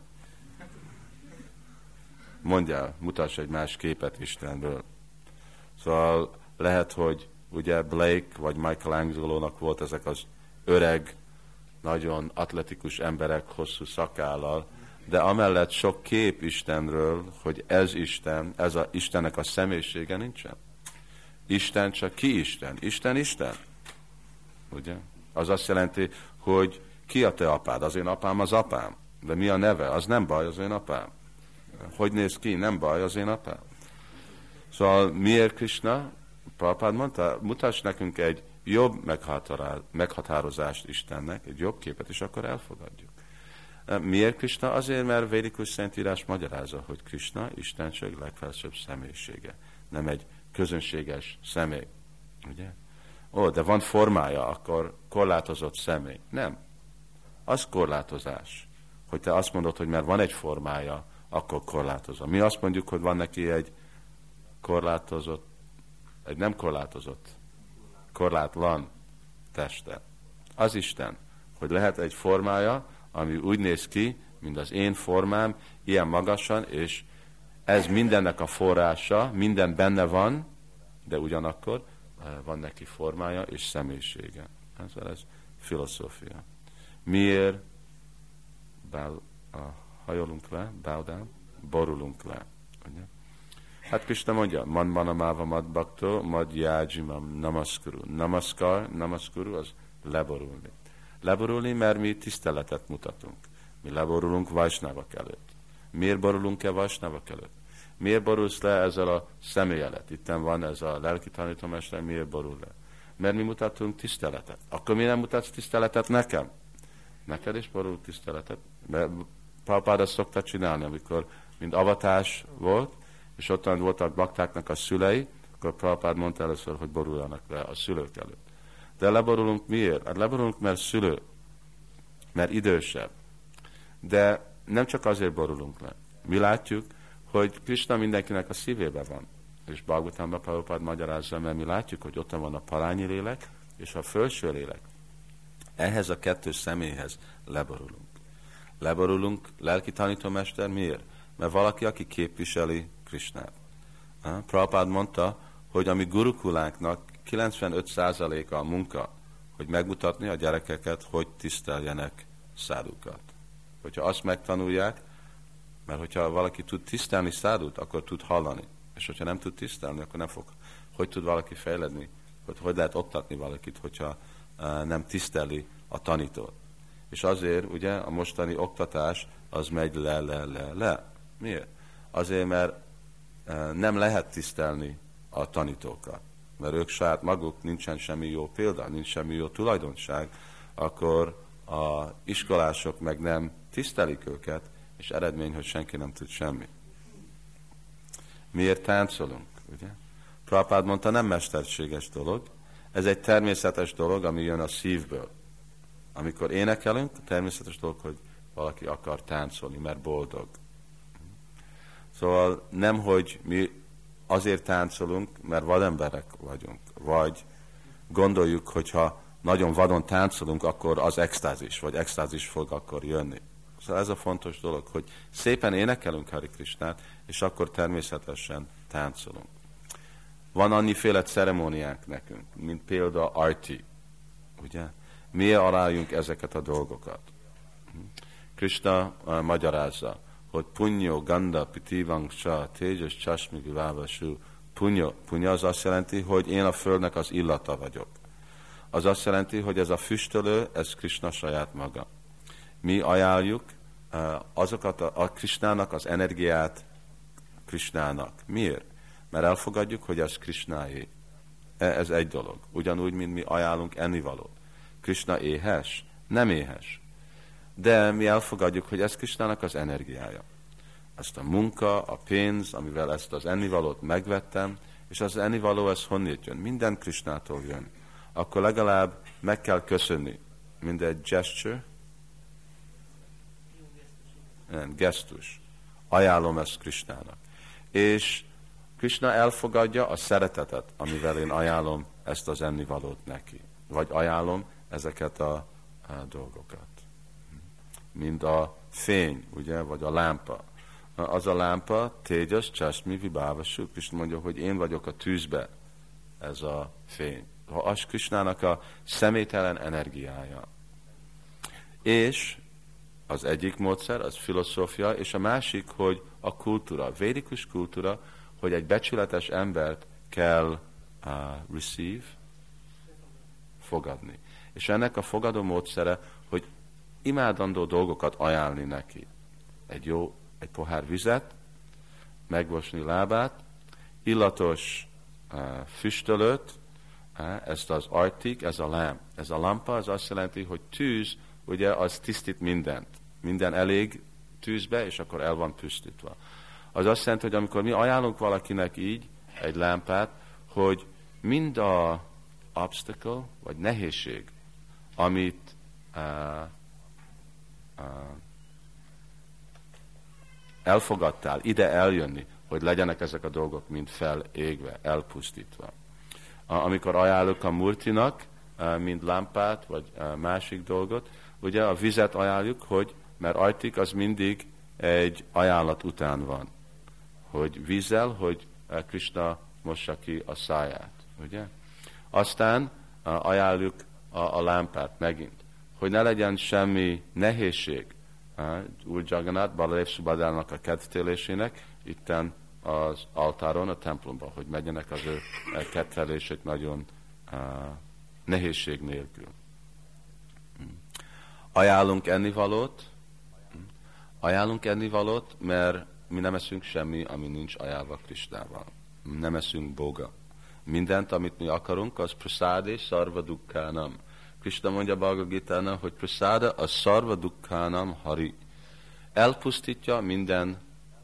Mondjál, mutass egy más képet Istenről. Szóval lehet, hogy ugye Blake vagy Michelangelo-nak volt ezek az öreg, nagyon atletikus emberek hosszú szakállal, de amellett sok kép Istenről, hogy ez Isten, ez a Istennek a személyisége nincsen. Isten csak ki Isten? Isten Isten. Ugye? Az azt jelenti, hogy ki a te apád? Az én apám az apám. De mi a neve? Az nem baj, az én apám. Hogy néz ki? Nem baj, az én apám. Szóval miért Krishna? Prabhupád mondta, mutass nekünk egy jobb meghatározást Istennek, egy jobb képet, és akkor elfogadjuk. Miért Krishna? Azért, mert védikus szentírás magyarázza, hogy Krishna Istenség legfelsőbb személyisége, nem egy közönséges személy. Ugye? Ó, de van formája, akkor korlátozott személy. Nem. Az korlátozás. Hogy te azt mondod, hogy mert van egy formája, akkor korlátozza. Mi azt mondjuk, hogy van neki egy korlátozott, egy nem korlátozott, korlátlan teste. Az Isten, hogy lehet egy formája, ami úgy néz ki, mint az én formám, ilyen magasan, és ez mindennek a forrása, minden benne van, de ugyanakkor van neki formája és személyisége. Ez filozófia. Miért hajolunk le, borulunk le? Ugye? Hát Krishna mondja, man manamáva mad bhakto, mad yájimam namaskuru. Namaskuru az leborulni. Leborulni, mert mi tiszteletet mutatunk. Mi leborulunk Vajsnavak előtt. Miért borulunk-e Vajsnavak előtt? Miért borulsz le ezzel a személyelet? Itten van ez a lelki tanítómester, miért borul le? Mert mi mutatunk tiszteletet. Akkor mi nem mutatsz tiszteletet nekem? Neked is borul tiszteletet? Mert Prabhupád azt szokta csinálni, amikor mind avatás volt, és ottan voltak baktáknak a szülei, akkor Prabhupád mondta először, hogy boruljanak le a szülők előtt. De leborulunk miért? Hát leborulunk, mert szülő, mert idősebb. De nem csak azért borulunk le. Mi látjuk, hogy Krishna mindenkinek a szívében van. És Bhagavatamban Prabhupád magyarázza, mert mi látjuk, hogy ott van a parányi lélek és a felső lélek. Ehhez a kettő személyhez leborulunk. Leborulunk, lelki tanítómester, miért? Mert valaki, aki képviseli Krishnát. Prabhupád mondta, hogy a mi gurukulánknak 95%-a a munka, hogy megmutatni a gyerekeket, hogy tiszteljenek szádukat. Hogyha azt megtanulják, mert hogyha valaki tud tisztelni szádut, akkor tud hallani. És hogyha nem tud tisztelni, akkor nem fog. Hogy tud valaki fejledni? Hogy lehet oktatni valakit, hogyha nem tiszteli a tanítót? És azért, ugye, a mostani oktatás az megy le. Miért? Azért, mert nem lehet tisztelni a tanítókat. Mert ők saját maguk, nincsen semmi jó példa, nincs semmi jó tulajdonság, akkor a iskolások meg nem tisztelik őket, és eredmény, hogy senki nem tud semmi. Miért táncolunk? Ugye? Prabhupád mondta, nem mesterséges dolog, ez egy természetes dolog, ami jön a szívből. Amikor énekelünk, természetes dolog, hogy valaki akar táncolni, mert boldog. Szóval nem, hogy mi azért táncolunk, mert vademberek vagyunk, vagy gondoljuk, hogyha nagyon vadon táncolunk, akkor az extázis, vagy extázis fog akkor jönni. Szóval ez a fontos dolog, hogy szépen énekelünk Hari Krishnát, és akkor természetesen táncolunk. Van annyiféle ceremóniák nekünk, mint például arti. Ugye? Miért aláljunk ezeket a dolgokat? Krishna magyarázza, hogy punyo ganda pitivang sa téjas csasmi vávasú. Punya az azt jelenti, hogy én a földnek az illata vagyok. Az azt jelenti, hogy ez a füstölő, ez Krishna saját maga. Mi ajánljuk azokat a Krishnának az energiát Krishnának. Miért? Mert elfogadjuk, hogy ez Krishnáé. Ez egy dolog. Ugyanúgy, mint mi ajánlunk ennivalót. Krishna éhes? Nem éhes. De mi elfogadjuk, hogy ez Krishnának az energiája. Azt a munka, a pénz, amivel ezt az ennivalót megvettem, és az ennivaló, ez honnét jön? Minden Krishnától jön. Akkor legalább meg kell köszönni. Mindegy gesture, gesztus. Ajánlom ezt Krishnának. És Krishna elfogadja a szeretetet, amivel én ajánlom ezt az ennivalót neki. Vagy ajánlom ezeket a dolgokat. Mint a fény, ugye, vagy a lámpa. Az a lámpa, tégyas, csasmi, vibávasú. Krishna mondja, hogy én vagyok a tűzbe, ez a fény. Az Krishnának a személytelen energiája. És az egyik módszer, az filozófia, és a másik, hogy a kultúra, védikus kultúra, hogy egy becsületes embert kell receive, fogadni. És ennek a fogadó módszere, hogy imádandó dolgokat ajánlni neki. Egy pohár vizet, megmosni lábát, illatos füstölőt, ezt az artik, ez a lám. Ez a lampa az azt jelenti, hogy tűz, ugye az tisztít mindent. Minden elég tűzbe, és akkor el van pusztítva. Az azt jelenti, hogy amikor mi ajánlunk valakinek így egy lámpát, hogy mind a obstacle, vagy nehézség, amit elfogadtál ide eljönni, hogy legyenek ezek a dolgok mind felégve, elpusztítva. Amikor ajánlok a murtinak, mind lámpát, vagy másik dolgot, ugye a vizet ajánljuk, hogy, mert ajtik az mindig egy ajánlat után van. Hogy vízzel, hogy Krishna mossa ki a száját. Ugye? Aztán ajánljuk a lámpát megint. Hogy ne legyen semmi nehézség Úr Jagannath, Baladev Subhadranak a kedvtélésének, itten az altáron, a templomban, hogy megyenek az ő kedvelések nagyon nehézség nélkül. Ajánlunk ennivalót, mert mi nem eszünk semmi, ami nincs ajánlva Krishnával. Nem eszünk boga. Mindent, amit mi akarunk, az prasádé sarva dukkánam. Krishna mondja Bhagavad Gita-nál, hogy prasáda a sarva dukkánam hari. Elpusztítja minden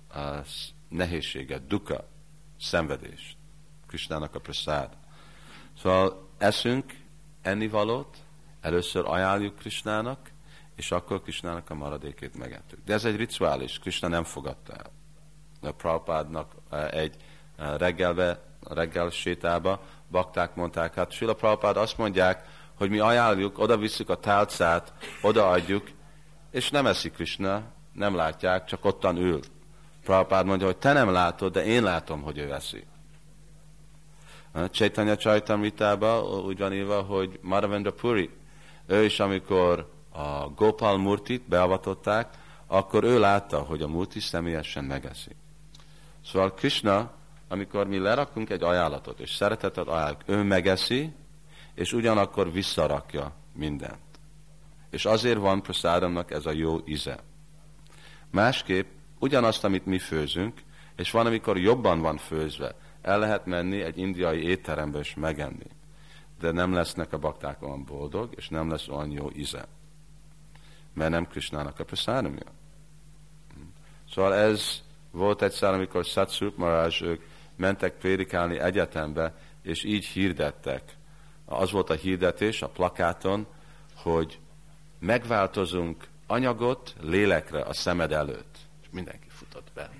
nehézséget, dukkha, szenvedést. Krishnának a prasád. Szóval eszünk ennivalót, először ajánljuk Krishnának, és akkor Krishnának a maradékét megettük. De ez egy rituális, Krishna nem fogadta el. A Prabhupádnak egy reggel sétába bakták mondták, hát Srila Prabhupád azt mondják, hogy mi ajánljuk, oda visszük a tálcát, odaadjuk, és nem eszik Krishna, nem látják, csak ottan ül. Prabhupád mondja, hogy te nem látod, de én látom, hogy ő eszi. Chaitanya Charitamritában úgy van írva, hogy Madhavendra Puri, ő is, amikor a Gopal Murtit beavatották, akkor ő látta, hogy a Murti személyesen megeszi. Szóval Krishna, amikor mi lerakunk egy ajánlatot, és szeretetet ajánljuk, ő megeszi, és ugyanakkor visszarakja mindent. És azért van prasádomnak ez a jó íze. Másképp ugyanazt, amit mi főzünk, és van, amikor jobban van főzve, el lehet menni egy indiai étterembe és megenni. De nem lesznek a bakták olyan boldog, és nem lesz olyan jó íze. Mert nem Krishnának a prasádomja. Szóval ez volt egyszer, amikor Satsrup Maharaj ők mentek prédikálni egyetembe, és így hirdettek. Az volt a hirdetés a plakáton, hogy megváltozunk anyagot lélekre a szemed előtt. És mindenki futott be.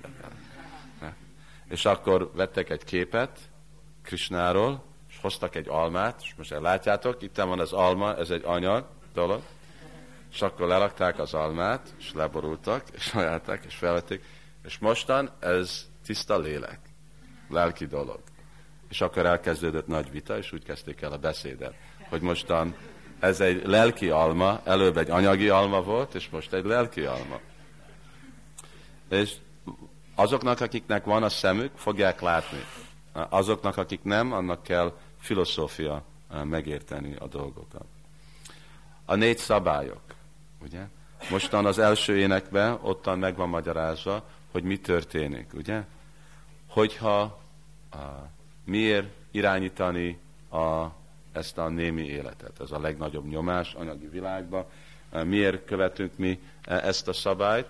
És akkor vettek egy képet Krishnáról, és hoztak egy almát, és most látjátok, itt van az alma, ez egy anyag dolog, és akkor lerakták az almát, és leborultak, és ajánlták, és felvették, és mostan ez tiszta lélek, lelki dolog. És akkor elkezdődött nagy vita, és úgy kezdték el a beszédet, hogy mostan ez egy lelki alma, előbb egy anyagi alma volt, és most egy lelki alma. És azoknak, akiknek van a szemük, fogják látni. Azoknak, akik nem, annak kell filozófia megérteni a dolgokat. A 4 szabályok, ugye? Mostan az első énekben ottan meg van magyarázva, hogy mi történik, ugye? Hogyha miért irányítani ezt a némi életet, ez a legnagyobb nyomás anyagi világban, miért követünk mi ezt a szabályt,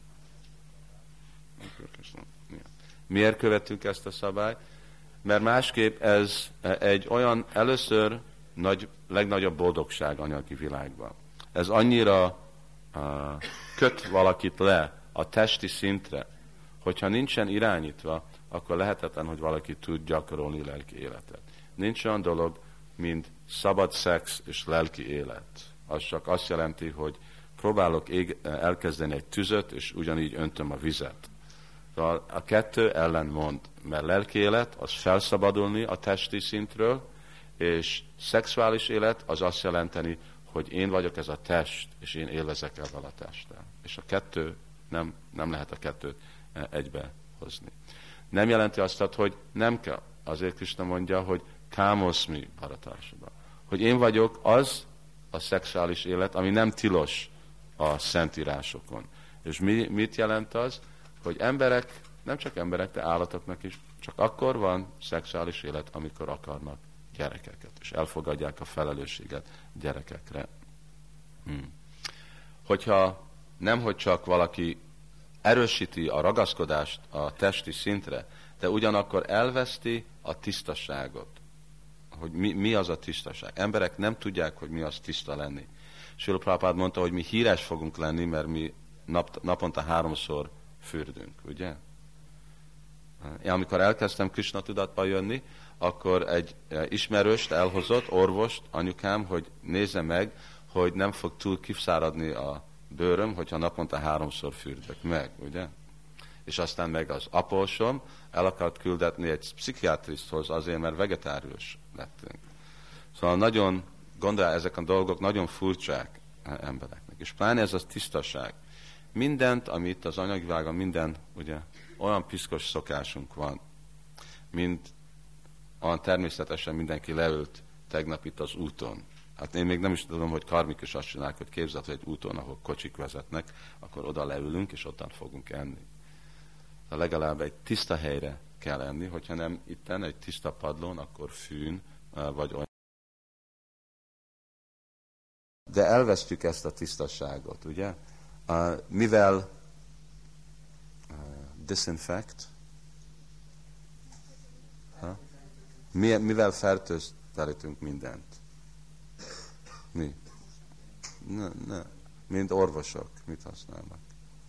miért követünk ezt a szabályt, mert másképp ez egy olyan először legnagyobb boldogság anyagi világban. Ez annyira köt valakit le a testi szintre, hogyha nincsen irányítva, akkor lehetetlen, hogy valaki tud gyakorolni lelki életet. Nincs olyan dolog, mint szabad szex és lelki élet. Az csak azt jelenti, hogy próbálok elkezdeni egy tüzet, és ugyanígy öntöm a vizet. Szóval a kettő ellen mond, mert lelki élet az felszabadulni a testi szintről, és szexuális élet az azt jelenteni, hogy én vagyok ez a test, és én élvezek ezzel a testtel. És a kettő, nem lehet a kettőt egybe hozni. Nem jelenti azt, hogy nem kell. Azért Krishna mondja, hogy kámoszmi paratársaba. Hogy én vagyok az a szexuális élet, ami nem tilos a szentírásokon. És mit jelent az? Hogy emberek, nem csak emberek, de állatoknak is csak akkor van szexuális élet, amikor akarnak gyerekeket, és elfogadják a felelősséget gyerekekre. Hogyha nemhogy csak valaki erősíti a ragaszkodást a testi szintre, de ugyanakkor elveszti a tisztaságot. Hogy mi az a tisztaság. Emberek nem tudják, hogy mi az tiszta lenni. Srila Prabhupád mondta, hogy mi híres fogunk lenni, mert mi naponta 3-szor fürdünk, ugye? Én amikor elkezdtem Krishna tudatba jönni, akkor egy ismerőst elhozott, orvost, anyukám, hogy nézze meg, hogy nem fog túl kiszáradni a bőröm, hogyha naponta 3-szor fürdök meg, ugye? És aztán meg az apósom el akart küldetni egy pszichiátriszthoz azért, mert vegetárius lettünk. Szóval nagyon, gondolj, ezek a dolgok nagyon furcsák embereknek. És pláne ez a tisztaság. Mindent, amit az anyagvilágon, minden, ugye, olyan piszkos szokásunk van, mint olyan természetesen mindenki leült tegnap itt az úton. Hát én még nem is tudom, hogy karmikus azt csinálják, hogy képzeld, hogy egy úton, ahol kocsik vezetnek, akkor oda leülünk, és ottan fogunk enni. De legalább egy tiszta helyre kell enni, hogyha nem itten, egy tiszta padlón, akkor fűn, vagy olyan. De elvesztjük ezt a tisztaságot, ugye? Mivel disinfect, mivel fertőztetünk mindent? Mi? Ne. Mint orvosok, mit használnak?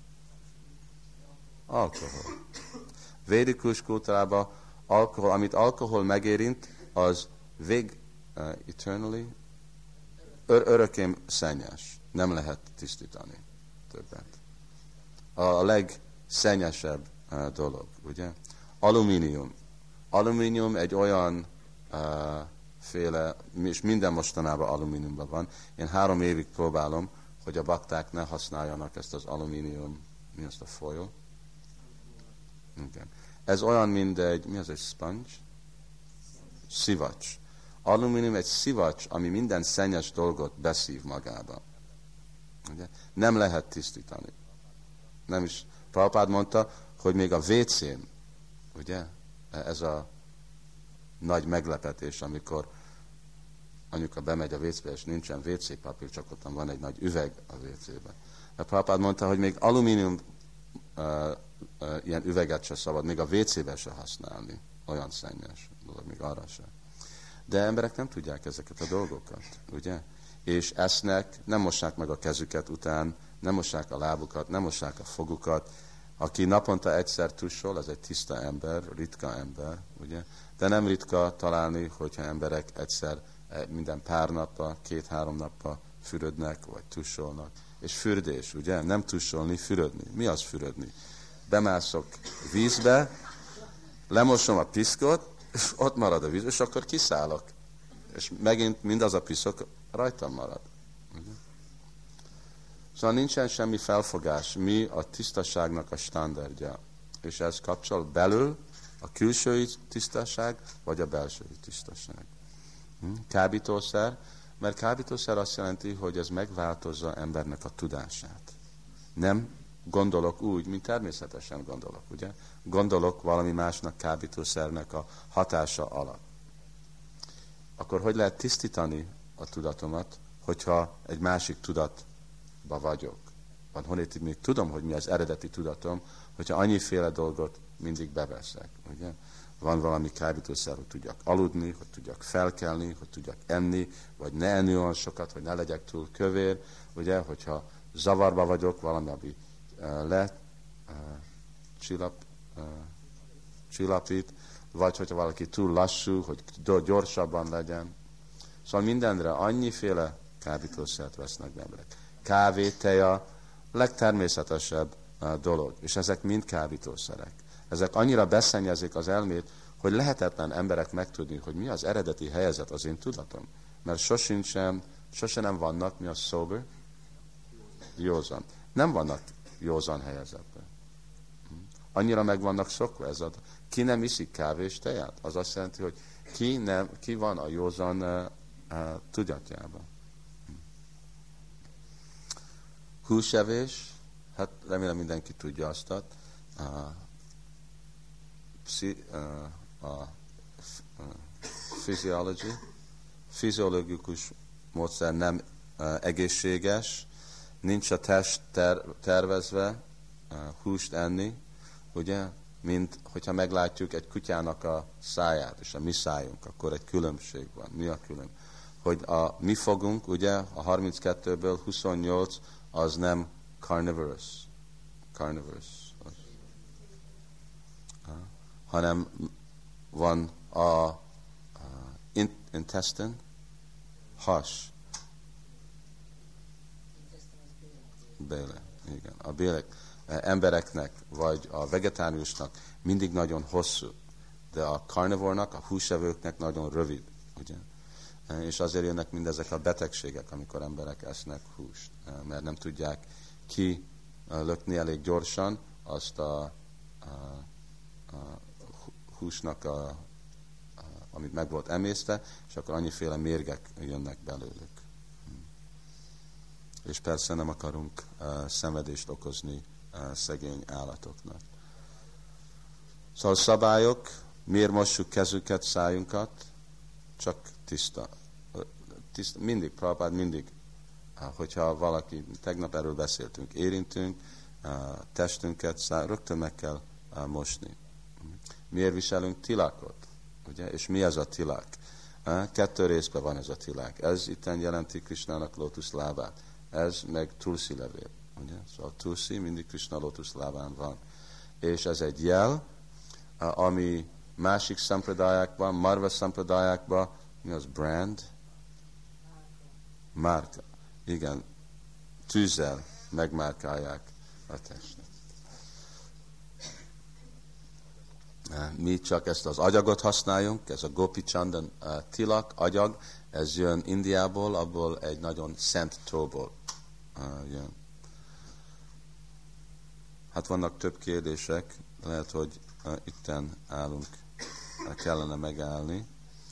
Alkohol. Védikus kultúrában alkohol, amit alkohol megérint, az eternally, örökké szennyes. Nem lehet tisztítani többet. A legszennyesebb dolog, ugye? Alumínium. Alumínium egy olyan féle, és minden mostanában alumíniumban van. Én 3 évig próbálom, hogy a bakták ne használjanak ezt az alumínium, mi az a foil? Igen. Ez olyan, mint egy sponge? Szivacs. Alumínium egy szivacs, ami minden szennyes dolgot beszív magába. Ugye? Nem lehet tisztítani. Nem is. Prabhupád mondta, hogy még a WC-n, ugye? Ez a nagy meglepetés, amikor anyuka bemegy a WC-be, és nincsen WC papír, csak ott van egy nagy üveg a WC-ben. De Prabhupád mondta, hogy még alumínium ilyen üveget se szabad, még a WC-be se használni. Olyan szennyes dolog, még arra se. De emberek nem tudják ezeket a dolgokat, ugye? És esznek, nem mossák meg a kezüket után, nem mossák a lábukat, nem mossák a fogukat. Aki naponta egyszer tussol, az egy tiszta ember, ritka ember, ugye? De nem ritka találni, hogyha emberek egyszer minden pár nappa, 2-3 nappa fürödnek, vagy tussolnak. És fürdés, ugye? Nem tussolni, fürödni. Mi az fürödni? Bemászok vízbe, lemosom a piszkot, és ott marad a víz, és akkor kiszállok. És megint mindaz a piszok rajtam marad. Ugye? Szóval nincsen semmi felfogás, mi a tisztaságnak a standardja. És ez kapcsol belül a külsői tisztaság, vagy a belsői tisztaság. Kábítószer, mert kábítószer azt jelenti, hogy ez megváltozza embernek a tudását. Nem gondolok úgy, mint természetesen gondolok, ugye? Gondolok valami másnak kábítószernek a hatása alatt. Akkor hogy lehet tisztítani a tudatomat, hogyha egy másik tudatba vagyok? Van honnét, még tudom, hogy mi az eredeti tudatom, hogyha annyiféle dolgot mindig beveszek, ugye? Van valami kábítószer, hogy tudjak aludni, hogy tudjak felkelni, hogy tudjak enni, vagy ne enni olyan sokat, hogy ne legyek túl kövér, ugye? Hogyha zavarba vagyok, valami, ami csillap, csillapít, vagy hogyha valaki túl lassú, hogy gyorsabban legyen. Szóval mindenre annyiféle kábítószert vesznek emberek. Kávé, teja, legtermészetesebb dolog, és ezek mind kábítószerek. Ezek annyira beszennyezik az elmét, hogy lehetetlen emberek megtudni, hogy mi az eredeti helyzet az én tudatom. Mert sose nem vannak, mi a sober? Józan. Nem vannak józan helyzetben. Annyira meg vannak szokva ez a... Ki nem iszik kávés teját? Az azt jelenti, hogy ki van a józan tudatjában. Húsevés, hát remélem mindenki tudja azt, a fiziológikus módszer nem egészséges, nincs a test tervezve húst enni, ugye, mint hogyha meglátjuk egy kutyának a száját, és a mi szájunk, akkor egy különbség van. Mi a különbség? Hogy a mi fogunk, ugye, a 32-ből 28 az nem carnivorous, hanem van a intestine, has. Béle, igen. A bélek embereknek, vagy a vegetáriusnak mindig nagyon hosszú, de a carnivornak, a húsevőknek nagyon rövid, ugye? És azért jönnek mindezek a betegségek, amikor emberek esznek húst, mert nem tudják kilökni elég gyorsan azt a húsnak, amit meg volt emészte, és akkor annyiféle mérgek jönnek belőlük. És persze nem akarunk szenvedést okozni szegény állatoknak. Szóval szabályok, miért mossuk kezüket, szájunkat? Csak tiszta. Mindig, Prabhupád mindig, hogyha valaki, tegnap erről beszéltünk, érintünk, testünket, rögtön meg kell mosni. Miért viselünk tilakot? Ugye? És mi ez a tilak? 2 részben van ez a tilak. Ez itten jelenti Krisnának lótuszlábát. Ez meg tulsi levél. Ugye? Szóval tulsi mindig Krishna lótuszlábán van. És ez egy jel, ami másik szampradájákban, Marva szampradájákban, mi az brand? Márka. Igen, tűzzel megmárkálják a testet. Mi csak ezt az agyagot használjunk, ez a Gopi Chandan tilak, agyag, ez jön Indiából, abból egy nagyon szent tóból jön. Hát vannak több kérdések, lehet, hogy itten állunk, kellene megállni.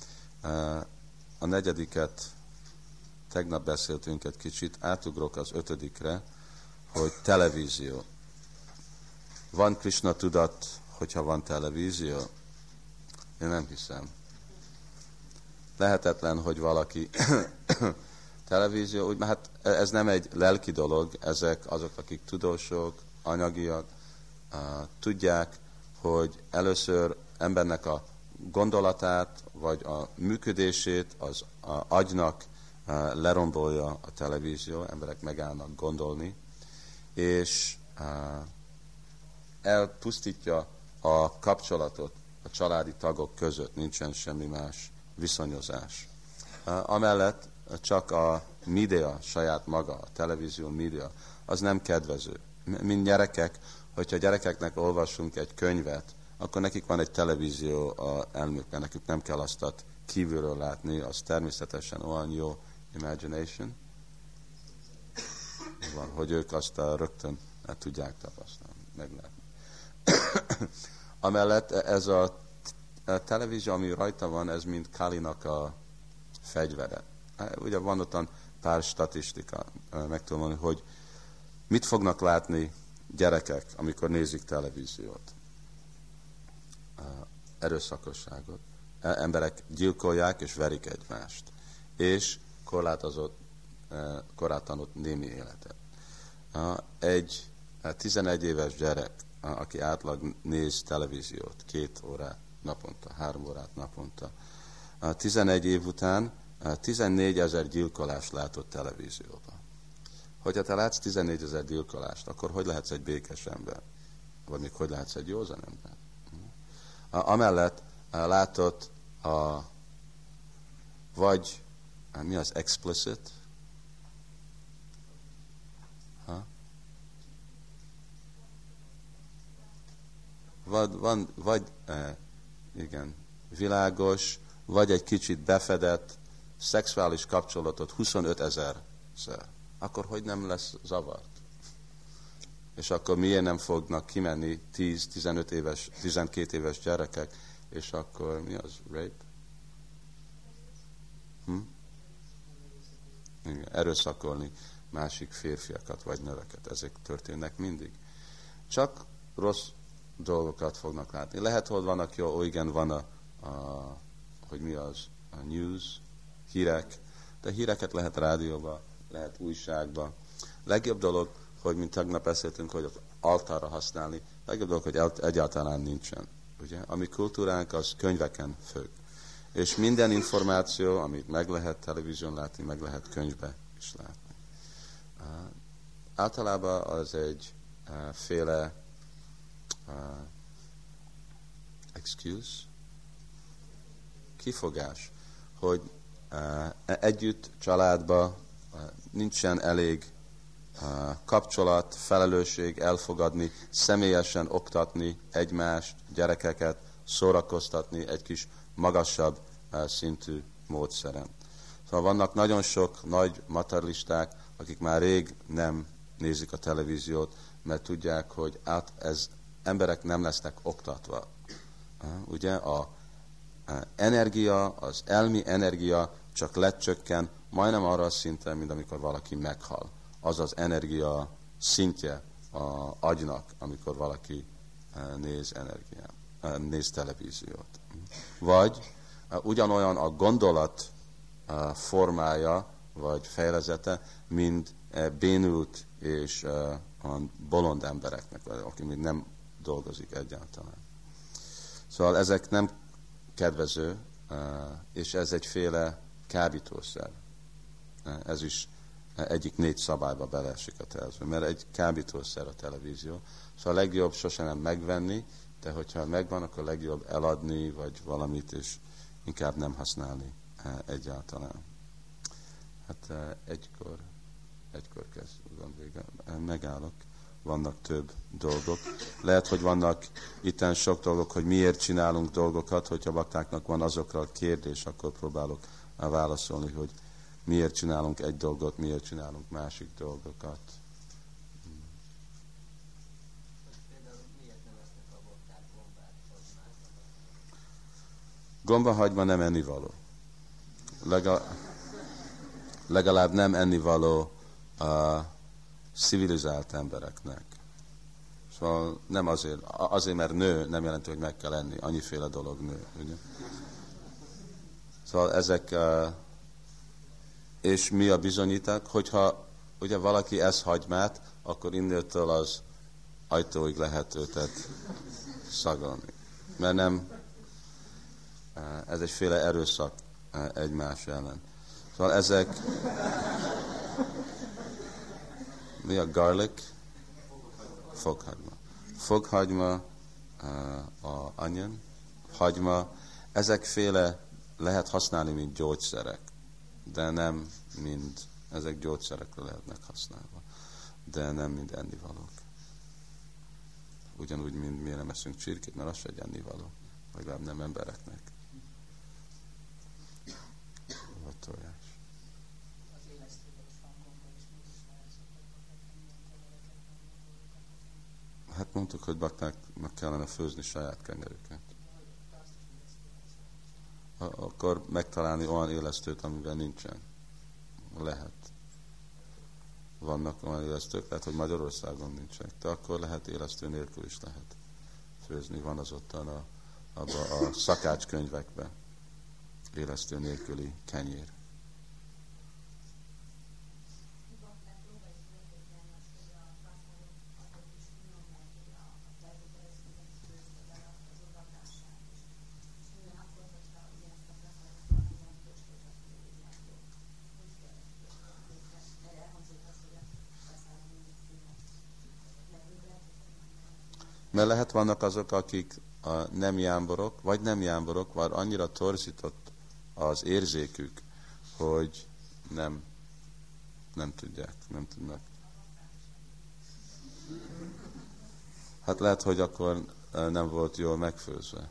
A 4. tegnap beszéltünk egy kicsit, átugrok az 5-re, hogy televízió. Van Krishna tudat, hogyha van televízió? Én nem hiszem. Lehetetlen, hogy valaki televízió, úgy, hát ez nem egy lelki dolog, ezek azok, akik tudósok, anyagiak, tudják, hogy először embernek a gondolatát, vagy a működését az agynak lerombolja a televízió, emberek megállnak gondolni, és elpusztítja a kapcsolatot a családi tagok között, nincsen semmi más viszonyozás. Amellett csak a média saját maga, a televízió média, az nem kedvező. Mint gyerekek, hogyha gyerekeknek olvasunk egy könyvet, akkor nekik van egy televízió a elmükben, nekik nem kell azt kívülről látni, az természetesen olyan jó imagination, van, hogy ők azt rögtön tudják tapasztalni, meglátni. Amellett ez a televízió, ami rajta van, ez mint Kalinak a fegyvere. Ugye van ottan pár statisztika, meg tudom mondani, hogy mit fognak látni gyerekek, amikor nézik televíziót. Erőszakosságot. Emberek gyilkolják és verik egymást. És korlátozott némi életet. Egy 11 éves gyerek, aki átlag néz televíziót 2 órát naponta, 3 órát naponta, 11 év után 14 000 gyilkolást látott televízióban. Hogyha te látsz 14 000 gyilkolást, akkor hogy lehetsz egy békés ember? Vagy még hogy lehetsz egy józan ember? Amellett látott vagy mi az explicit? Vagy igen, világos, vagy egy kicsit befedett szexuális kapcsolatot 25 000-szer. Akkor hogy nem lesz zavart? És akkor miért nem fognak kimenni 10-15 éves, 12 éves gyerekek, és akkor mi az? Rape? Igen, erőszakolni másik férfiakat vagy nőket. Ezek történnek mindig. Csak rossz dolgokat fognak látni. Lehet, hogy vannak jó, igen, van hogy mi az? A news, hírek, de híreket lehet rádióba, lehet újságba. Legjobb dolog, hogy mint tegnap beszéltünk, hogy az altára használni, legjobb dolog, hogy egyáltalán nincsen. Ugye? A mi kultúránk az könyveken függ. És minden információ, amit meg lehet televízión látni, meg lehet könyvbe is látni. Általában az egy féle kifogás, hogy együtt, családban nincsen elég kapcsolat, felelősség, elfogadni, személyesen oktatni egymást, gyerekeket, szórakoztatni egy kis magasabb szintű módszeren. Szóval vannak nagyon sok nagy materialisták, akik már rég nem nézik a televíziót, mert tudják, hogy emberek nem lesznek oktatva. Ugye a energia, az elmi energia csak lecsökken majdnem arra a szinten, mint amikor valaki meghal. Az az energia szintje az agynak, amikor valaki néz televíziót. Vagy ugyanolyan a gondolat formája, vagy fejleszete, mint bénult és bolond embereknek, aki még nem dolgozik egyáltalán. Szóval ezek nem kedvező, és ez egyféle kábítószer. Ez is egyik 4 szabályba beleesik a televízió, mert egy kábítószer a televízió. Szóval a legjobb sosem nem megvenni, de hogyha megvan, akkor legjobb eladni, vagy valamit, és inkább nem használni egyáltalán. Hát egykor kezd, megállok, vannak több dolgok. Lehet, hogy vannak itten sok dolgok, hogy miért csinálunk dolgokat, hogyha baktáknak van azokra a kérdés, akkor próbálok válaszolni, hogy miért csinálunk egy dolgot, miért csinálunk másik dolgokat. Gombahagyma nem ennivaló. Legalább nem ennivaló a civilizált embereknek. Szóval nem azért, mert nő, nem jelenti, hogy meg kell enni. Annyiféle dolog nő. Ugye? Szóval ezek, és mi a bizonyíték, hogyha ugye valaki esz hagymát, akkor innentől az ajtóig lehet őtet szagolni. Mert nem, ez egyféle erőszak egymás ellen. Szóval ezek, mi a garlic? Fokhagyma. Fokhagyma, a onion, hagyma, ezekféle lehet használni, mint gyógyszerek, de nem mind, ezek gyógyszerekre lehetnek használva, de nem mind ennivalók. Ugyanúgy, mint miért nem eszünk csirkét, mert az se egy ennivaló, legalább nem embereknek. Vagy tojás. Hát mondtuk, hogy baktáknak kellene főzni saját kenyerüket. Akkor megtalálni olyan élesztőt, amiben nincsen. Lehet. Vannak olyan élesztők, lehet, hogy Magyarországon nincsenek, de akkor lehet élesztő nélkül is lehet főzni. Van azottan a szakácskönyvekben élesztő nélküli kenyér. Mert lehet vannak azok, akik nem jámborok, vagy nem jámborok, vagy annyira torzított az érzékük, hogy nem tudják, nem tudnak. Hát lehet, hogy akkor nem volt jól megfőzve.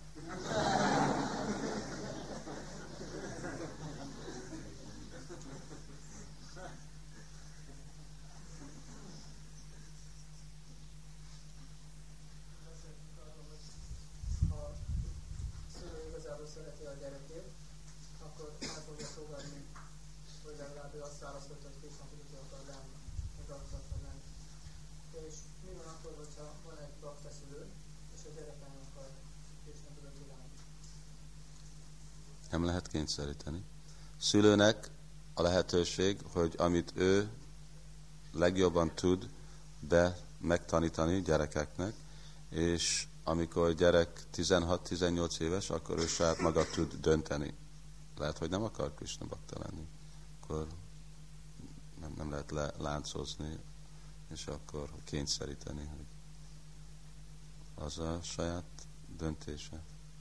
Nem lehet kényszeríteni. Szülőnek a lehetőség, hogy amit ő legjobban tud megtanítani gyerekeknek, és amikor gyerek 16-18 éves, akkor ő saját maga tud dönteni. Lehet, hogy nem akar Krishna bakta lenni. Akkor nem lehet láncozni, és akkor kényszeríteni, hogy az a saját döntése.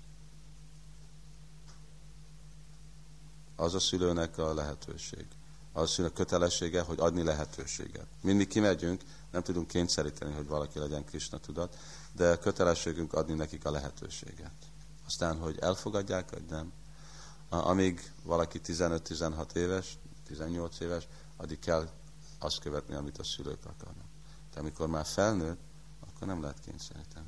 Az a szülőnek a lehetőség. Az a szülőnek kötelessége, hogy adni lehetőséget. Mindig kimegyünk, nem tudunk kényszeríteni, hogy valaki legyen Krishna tudat, de kötelességünk adni nekik a lehetőséget. Aztán, hogy elfogadják, vagy nem. Amíg valaki 15-16 éves, 18 éves, addig kell azt követni, amit a szülők akarnak. De amikor már felnőtt, akkor nem lehet kényszeríteni.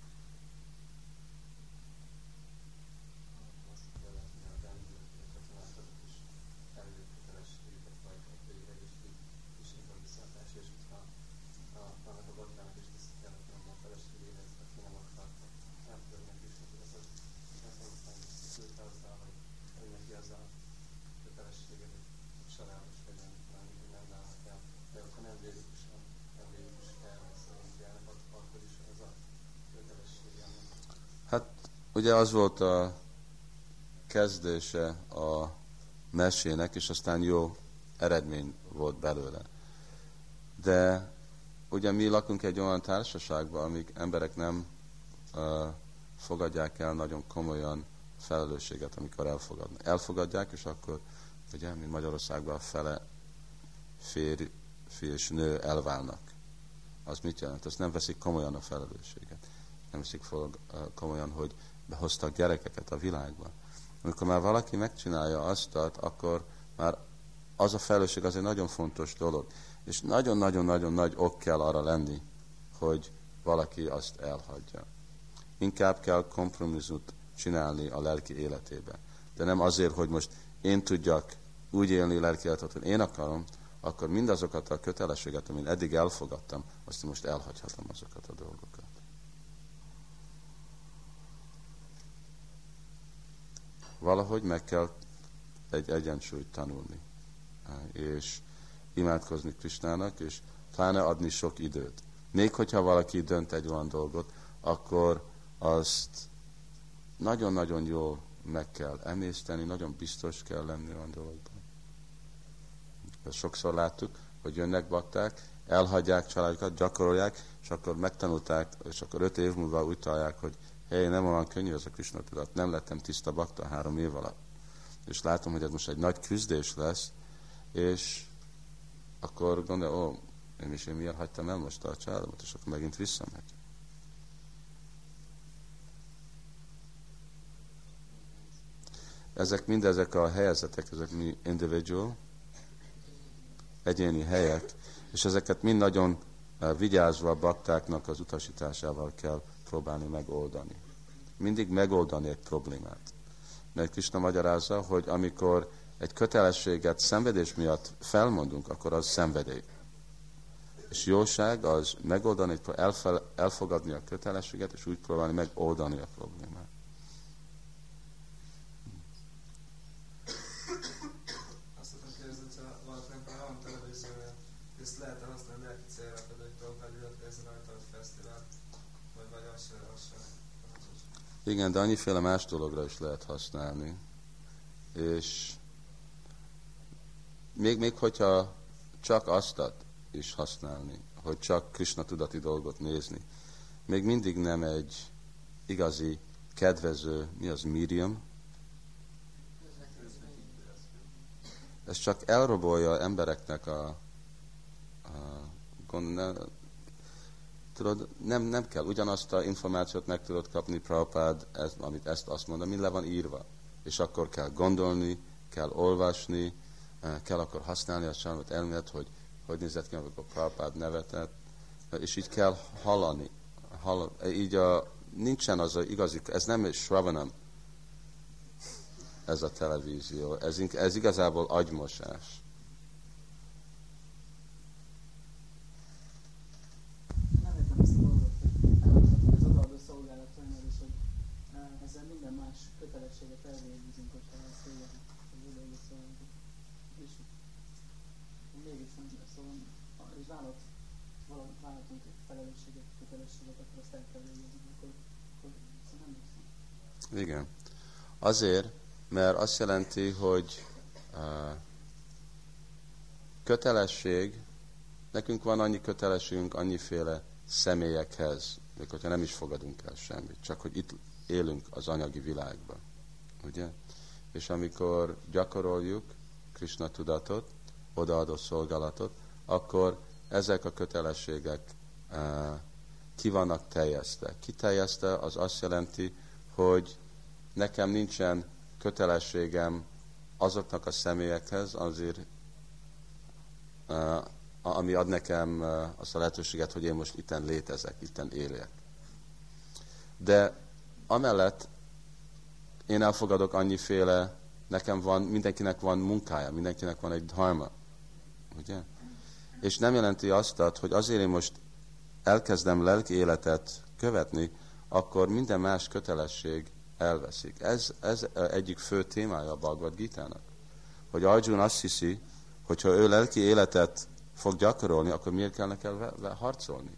Hát ugye az volt a kezdése a mesének, és aztán jó eredmény volt belőle. De ugye mi lakunk egy olyan társaságban, amíg emberek nem fogadják el nagyon komolyan felelősséget, amikor elfogadnak. Elfogadják, és akkor, ugye, mint Magyarországban a fele férfi és nő elválnak. Az mit jelent? Azt nem veszik komolyan a felelősséget. Nem veszik komolyan, hogy behoztak gyerekeket a világba. Amikor már valaki megcsinálja azt, akkor már az a felelősség az egy nagyon fontos dolog. És nagyon-nagyon-nagyon nagy ok kell arra lenni, hogy valaki azt elhagyja. Inkább kell kompromisszumot csinálni a lelki életébe. De nem azért, hogy most én tudjak úgy élni lelki életet, hogy én akarom, akkor mindazokat a kötelességet, amit eddig elfogadtam, azt most elhagyhatom azokat a dolgokat. Valahogy meg kell egy egyensúlyt tanulni, és imádkozni Krisnának, és pláne adni sok időt. Még hogyha valaki dönt egy olyan dolgot, akkor azt nagyon-nagyon jól meg kell emészteni, nagyon biztos kell lenni olyan dologban. Sokszor láttuk, hogy jönnek bakták, elhagyják családokat, gyakorolják, és akkor megtanulták, és akkor 5 év múlva úgy találják, hogy hey, nem olyan könnyű ez a Krishna tudat, nem lettem tiszta bakta 3 év alatt. És látom, hogy ez most egy nagy küzdés lesz, és akkor gondolom, én miért hagytam el most a családomat, és akkor megint visszamegy. Mindezek a helyezetek, ezek mi individual, egyéni helyek, és ezeket mind nagyon vigyázva a baktáknak az utasításával kell próbálni megoldani. Mindig megoldani egy problémát. Mert Krishna magyarázza, hogy amikor egy kötelességet szenvedés miatt felmondunk, akkor az szenvedély. És jóság az megoldani, elfogadni a kötelességet, és úgy próbálni megoldani a problémát. Azt tudom kérdezni, hogyha valakinek már van televíziója, ezt lehet-e használni lelki célra, például egy dolgokat illetkezni rajta, vagy fesztivál, vagy az se. Igen, de annyiféle más dologra is lehet használni. És még hogyha csak aztat is használni, hogy csak Krishna tudati dolgot nézni, még mindig nem egy igazi kedvező, mi az medium? Ez csak elrabolja embereknek a tudod, nem kell. Ugyanazt a információt meg tudod kapni, Prabhupád, amit azt mondja, mind le van írva. És akkor kell gondolni, kell olvasni, kell akkor használni a saját elmélet, hogy nézett ki, amikor Prabhupád nevetett, és így kell hallani. Így nincsen az igazi, ez nem egy Shravanam, ez a televízió, ez igazából agymosás. Nem értem ezt a dolgot, hogy az odaadó szolgálat olyan is, hogy ezzel minden más kötelességet elvégzünk, hogyha ezt végezik az odaadó szolgálat. És mégis nem, szóval, és vállalatunk egy felelősséget, kötelességet, akkor azt el kell végezni, akkor szóval nem hiszem. Igen. Azért, mert azt jelenti, hogy kötelesség, nekünk van annyi kötelességünk annyiféle személyekhez, még hogyha nem is fogadunk el semmit, csak hogy itt élünk az anyagi világban. Ugye? És amikor gyakoroljuk Krishna tudatot, odaadó szolgálatot, akkor ezek a kötelességek ki vannak teljesztve. Kiteljesztve az azt jelenti, hogy nekem nincsen kötelességem azoknak a személyekhez, azért, ami ad nekem azt a lehetőséget, hogy én most itten létezek, itten élek. De amellett én elfogadok annyiféle, mindenkinek van munkája, mindenkinek van egy dharma. Ugye? És nem jelenti azt, hogy azért én most elkezdem lelki életet követni, akkor minden más kötelesség elveszik. Ez egyik fő témája a Bhagavad Gítának. Hogy Arjuna azt hiszi, hogyha ő lelki életet fog gyakorolni, akkor miért kell nekem harcolni?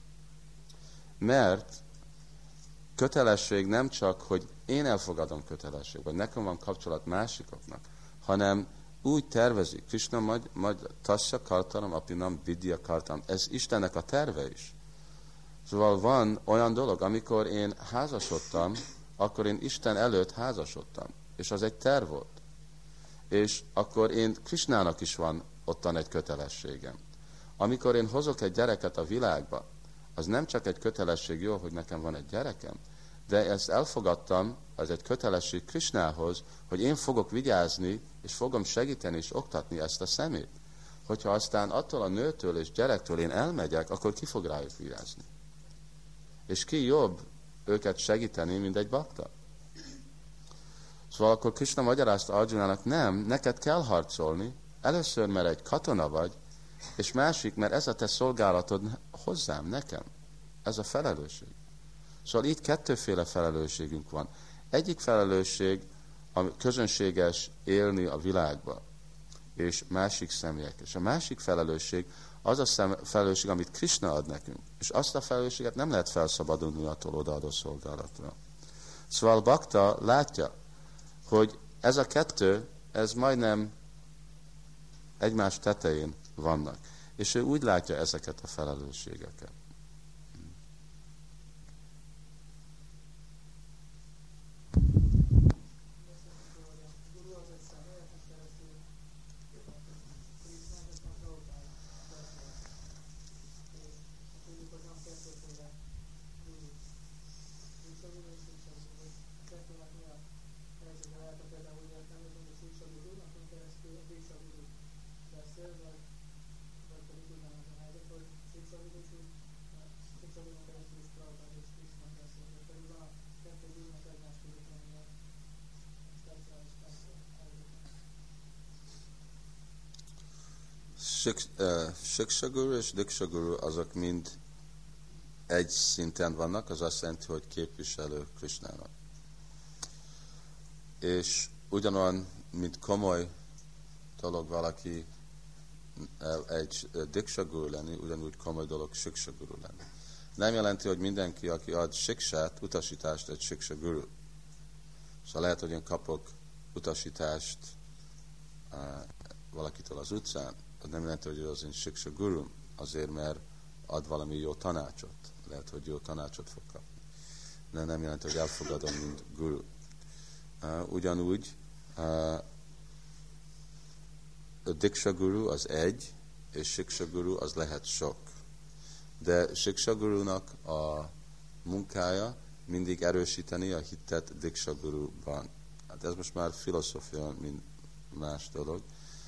Mert kötelesség nem csak, hogy én elfogadom kötelesség, vagy nekem van kapcsolat másikoknak, hanem úgy tervezik, Krishna majd tasya kartanam, apinam vidya kartanam. Ez Istennek a terve is. Szóval van olyan dolog, amikor én házasodtam, akkor én Isten előtt házasodtam, és az egy terv volt. És akkor én Krishnának is van ottan egy kötelességem. Amikor én hozok egy gyereket a világba, az nem csak egy kötelesség, jó, hogy nekem van egy gyerekem, de ezt elfogadtam, az egy kötelesség Krishnához, hogy én fogok vigyázni, és fogom segíteni és oktatni ezt a szemét. Hogyha aztán attól a nőtől és gyerektől én elmegyek, akkor ki fog rájuk vigyázni? És ki jobb őket segíteni, mint egy bakta? Szóval akkor Krishna magyarázta Arjunának, nem, neked kell harcolni, először, mert egy katona vagy, és másik, mert ez a te szolgálatod hozzám, nekem. Ez a felelősség. Szóval itt kettőféle felelősségünk van. Egyik felelősség, a közönséges élni a világba, és másik személyek. És a másik felelősség az a felelősség, amit Krishna ad nekünk. És azt a felelősséget nem lehet felszabadulni attól odaadó szolgálatra. Szóval Bhakta látja, hogy ez a kettő, ez majdnem egymás tetején vannak. És ő úgy látja ezeket a felelősségeket. Shiksha Guru és Diksha Guru azok mind egy szinten vannak, az azt jelenti, hogy képviselő Krishnának. És ugyanolyan, mint komoly dolog valaki egy Diksha Guru lenni, ugyanúgy komoly dolog Shiksha Guru lenni. Nem jelenti, hogy mindenki, aki ad shiksát, utasítást, egy Shiksha Guru. Szóval lehet, hogy én kapok utasítást valakitől az utcán, az nem jelenti, hogy az én Shiksha Gurum, azért, mert ad valami jó tanácsot. Lehet, hogy jó tanácsot fog kapni. de nem jelenti, hogy elfogadom, mint guru. Ugyanúgy a Diksha Guru az egy, és Siksha Guru az lehet sok. De Siksha Gurunak a munkája mindig erősíteni a hitet Diksha Guruban. Hát ez most már filozófia, mint más dolog,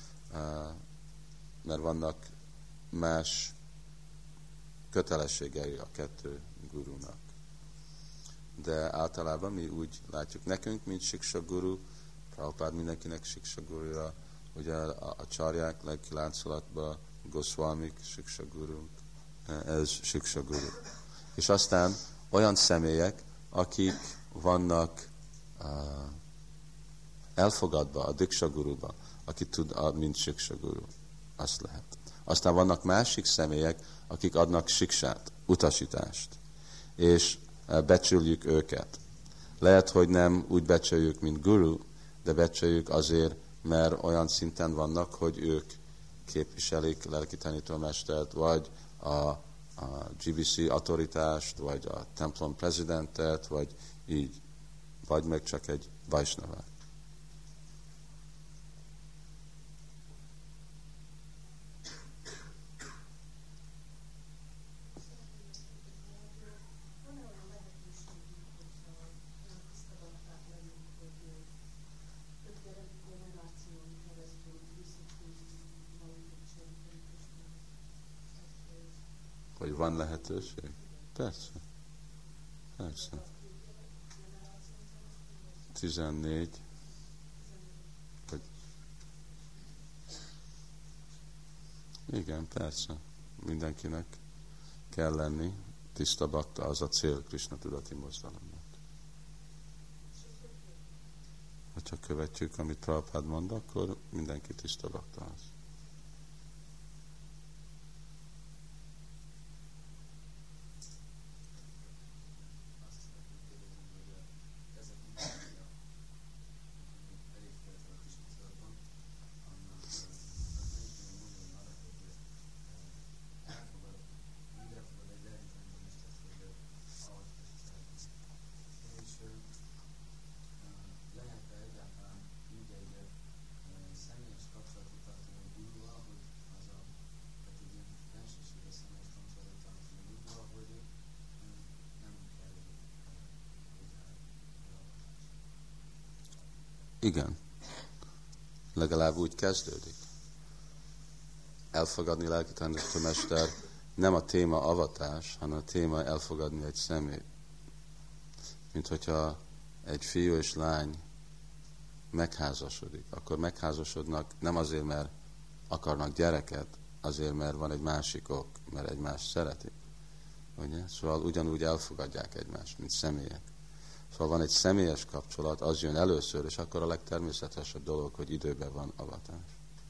mert vannak más kötelességei a kettő gurunak. De általában mi úgy látjuk nekünk, mint Siksha Guru, Prabhupád mindenkinek Siksha Gurura, ugye a csarják legkiláncolatban, Goswamik, Siksha Guru, ez Siksha Guru. És aztán olyan személyek, akik vannak elfogadva a Diksha Guruba, aki tud, mint Siksha Guru, azt lehet. Aztán vannak másik személyek, akik adnak siksát, utasítást, és becsüljük őket. Lehet, hogy nem úgy becsüljük, mint guru, de becsüljük azért, mert olyan szinten vannak, hogy ők képviselik lelki tanítómestert, vagy a GBC autoritást, vagy a templom prezidentet, vagy így, vagy meg csak egy Vaisnavát. Hogy van lehetőség? Persze. Persze. 14. Hogy... Igen, persze. Mindenkinek kell lenni. Tiszta bakta, az a cél Krishna tudati mozdalomnak. Ha csak követjük, amit Prabhupád mond, akkor mindenki tiszta bakta az. Igen. Legalább úgy kezdődik. Elfogadni lelki tanítómester nem a téma avatás, hanem a téma elfogadni egy személyt. Mint hogyha egy fiú és lány megházasodik, akkor megházasodnak nem azért, mert akarnak gyereket, azért, mert van egy másik ok, mert egymást szeretik. Ugye? Szóval ugyanúgy elfogadják egymást, mint személyek. Szóval van egy személyes kapcsolat, az jön először, és akkor a legtermészetesebb dolog, hogy időben van avatás.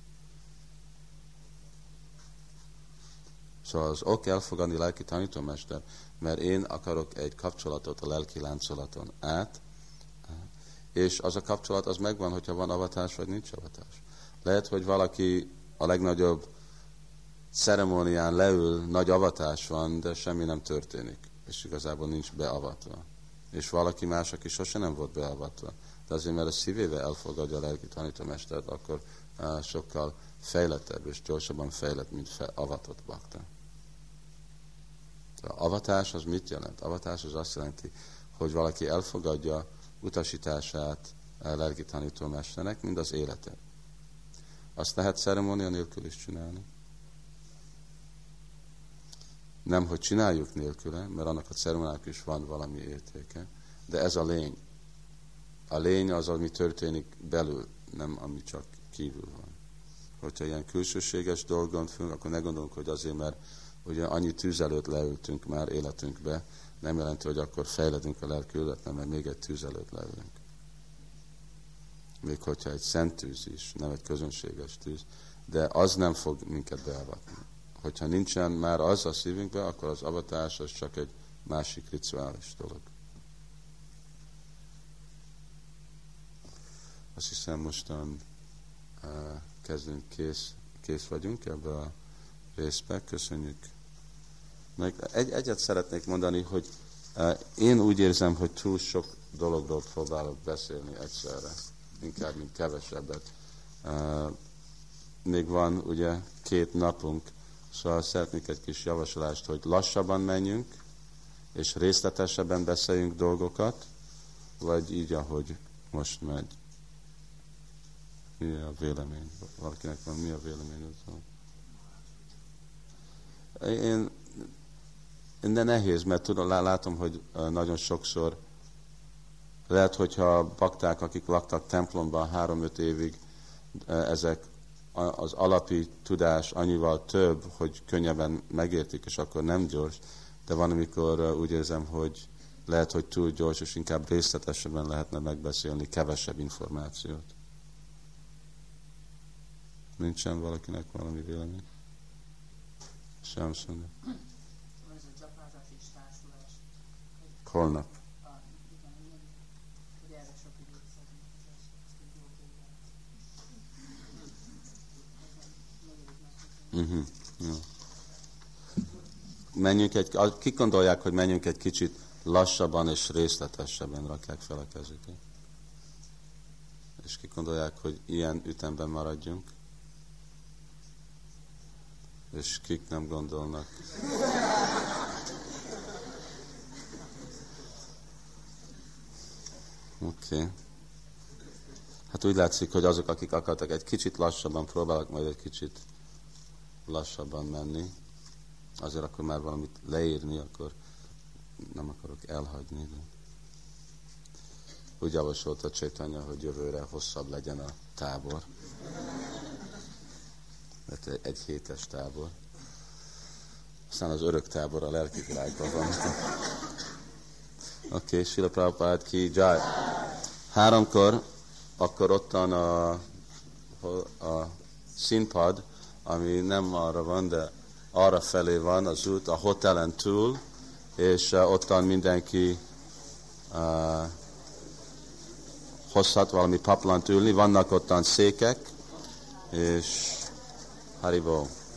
Szóval az ok elfogadni lelki tanítómester, mert én akarok egy kapcsolatot a lelki láncolaton át, és az a kapcsolat az megvan, hogyha van avatás, vagy nincs avatás. Lehet, hogy valaki a legnagyobb ceremónián leül, nagy avatás van, de semmi nem történik, és igazából nincs beavatva. És valaki más, aki sose nem volt beavatva. De azért, mert a szívével elfogadja a lelki tanítómestert, akkor sokkal fejlettebb és gyorsabban fejlett, mint avatott bakta. A avatás az mit jelent? Avatás az azt jelenti, hogy valaki elfogadja utasítását a lelki tanítómesternek, mind az élete. Azt lehet ceremónia nélkül is csinálni. Nem, hogy csináljuk nélküle, mert annak a ceremóniának is van valami értéke, de ez a lény. A lény az, ami történik belül, nem ami csak kívül van. Hogyha ilyen külsőséges dolgon fülünk, akkor ne gondolunk, hogy azért, mert ugye annyi tűz előtt leültünk már életünkbe, nem jelenti, hogy akkor fejledünk a lelki életben, mert még egy tűz előtt leülünk. Még hogyha egy szent tűz is, nem egy közönséges tűz, de az nem fog minket beavatni. Hogyha nincsen már az a szívünkben, akkor az avatás az csak egy másik rituális dolog. Azt hiszem mostan kezdünk, kész vagyunk ebbe a részbe. Köszönjük. Meg egyet szeretnék mondani, hogy Én úgy érzem, hogy túl sok dologról próbálok beszélni egyszerre, inkább, mint kevesebbet. Még van ugye 2 napunk, szóval szeretnék egy kis javasolást, hogy lassabban menjünk, és részletesebben beszéljünk dolgokat, vagy így, ahogy most megy. Mi a vélemény? Valakinek van, mi a vélemény? De nehéz, mert látom, hogy nagyon sokszor lehet, hogyha a bakták, akik laktak templomban 3-5 évig, ezek az alapi tudás annyival több, hogy könnyebben megértik, és akkor nem gyors, de van, amikor úgy érzem, hogy lehet, hogy túl gyors, és inkább részletesebben lehetne megbeszélni kevesebb információt. Nincsen valakinek valami vélemény? Sem szondja. Ez a csapázás és társulás. Holnap. Igen, hogy erre sok időt szedünk, ez egy jó példát. Menjünk kik gondolják, hogy menjünk egy kicsit lassabban és részletesebben, rakják fel a kezüket. És kik gondolják, hogy ilyen ütemben maradjunk. És kik nem gondolnak. Oké. Hát úgy látszik, hogy azok, akik akartak egy kicsit lassabban, próbálok majd egy kicsit lassabban menni. Azért akkor már valamit leírni, akkor nem akarok elhagyni. De úgy javasolta Chaitanya, hogy jövőre hosszabb legyen a tábor. Egy hétes tábor. Aztán az örök tábor a lelki világban van. Oké, Srila Prabhupád ki jai. 3-kor, akkor ottan a színpad, ami nem arra van, de arra felé van az út, a hotelen túl, és ottan mindenki hozhat valami paplant ülni. Vannak ottan székek, és Haribó.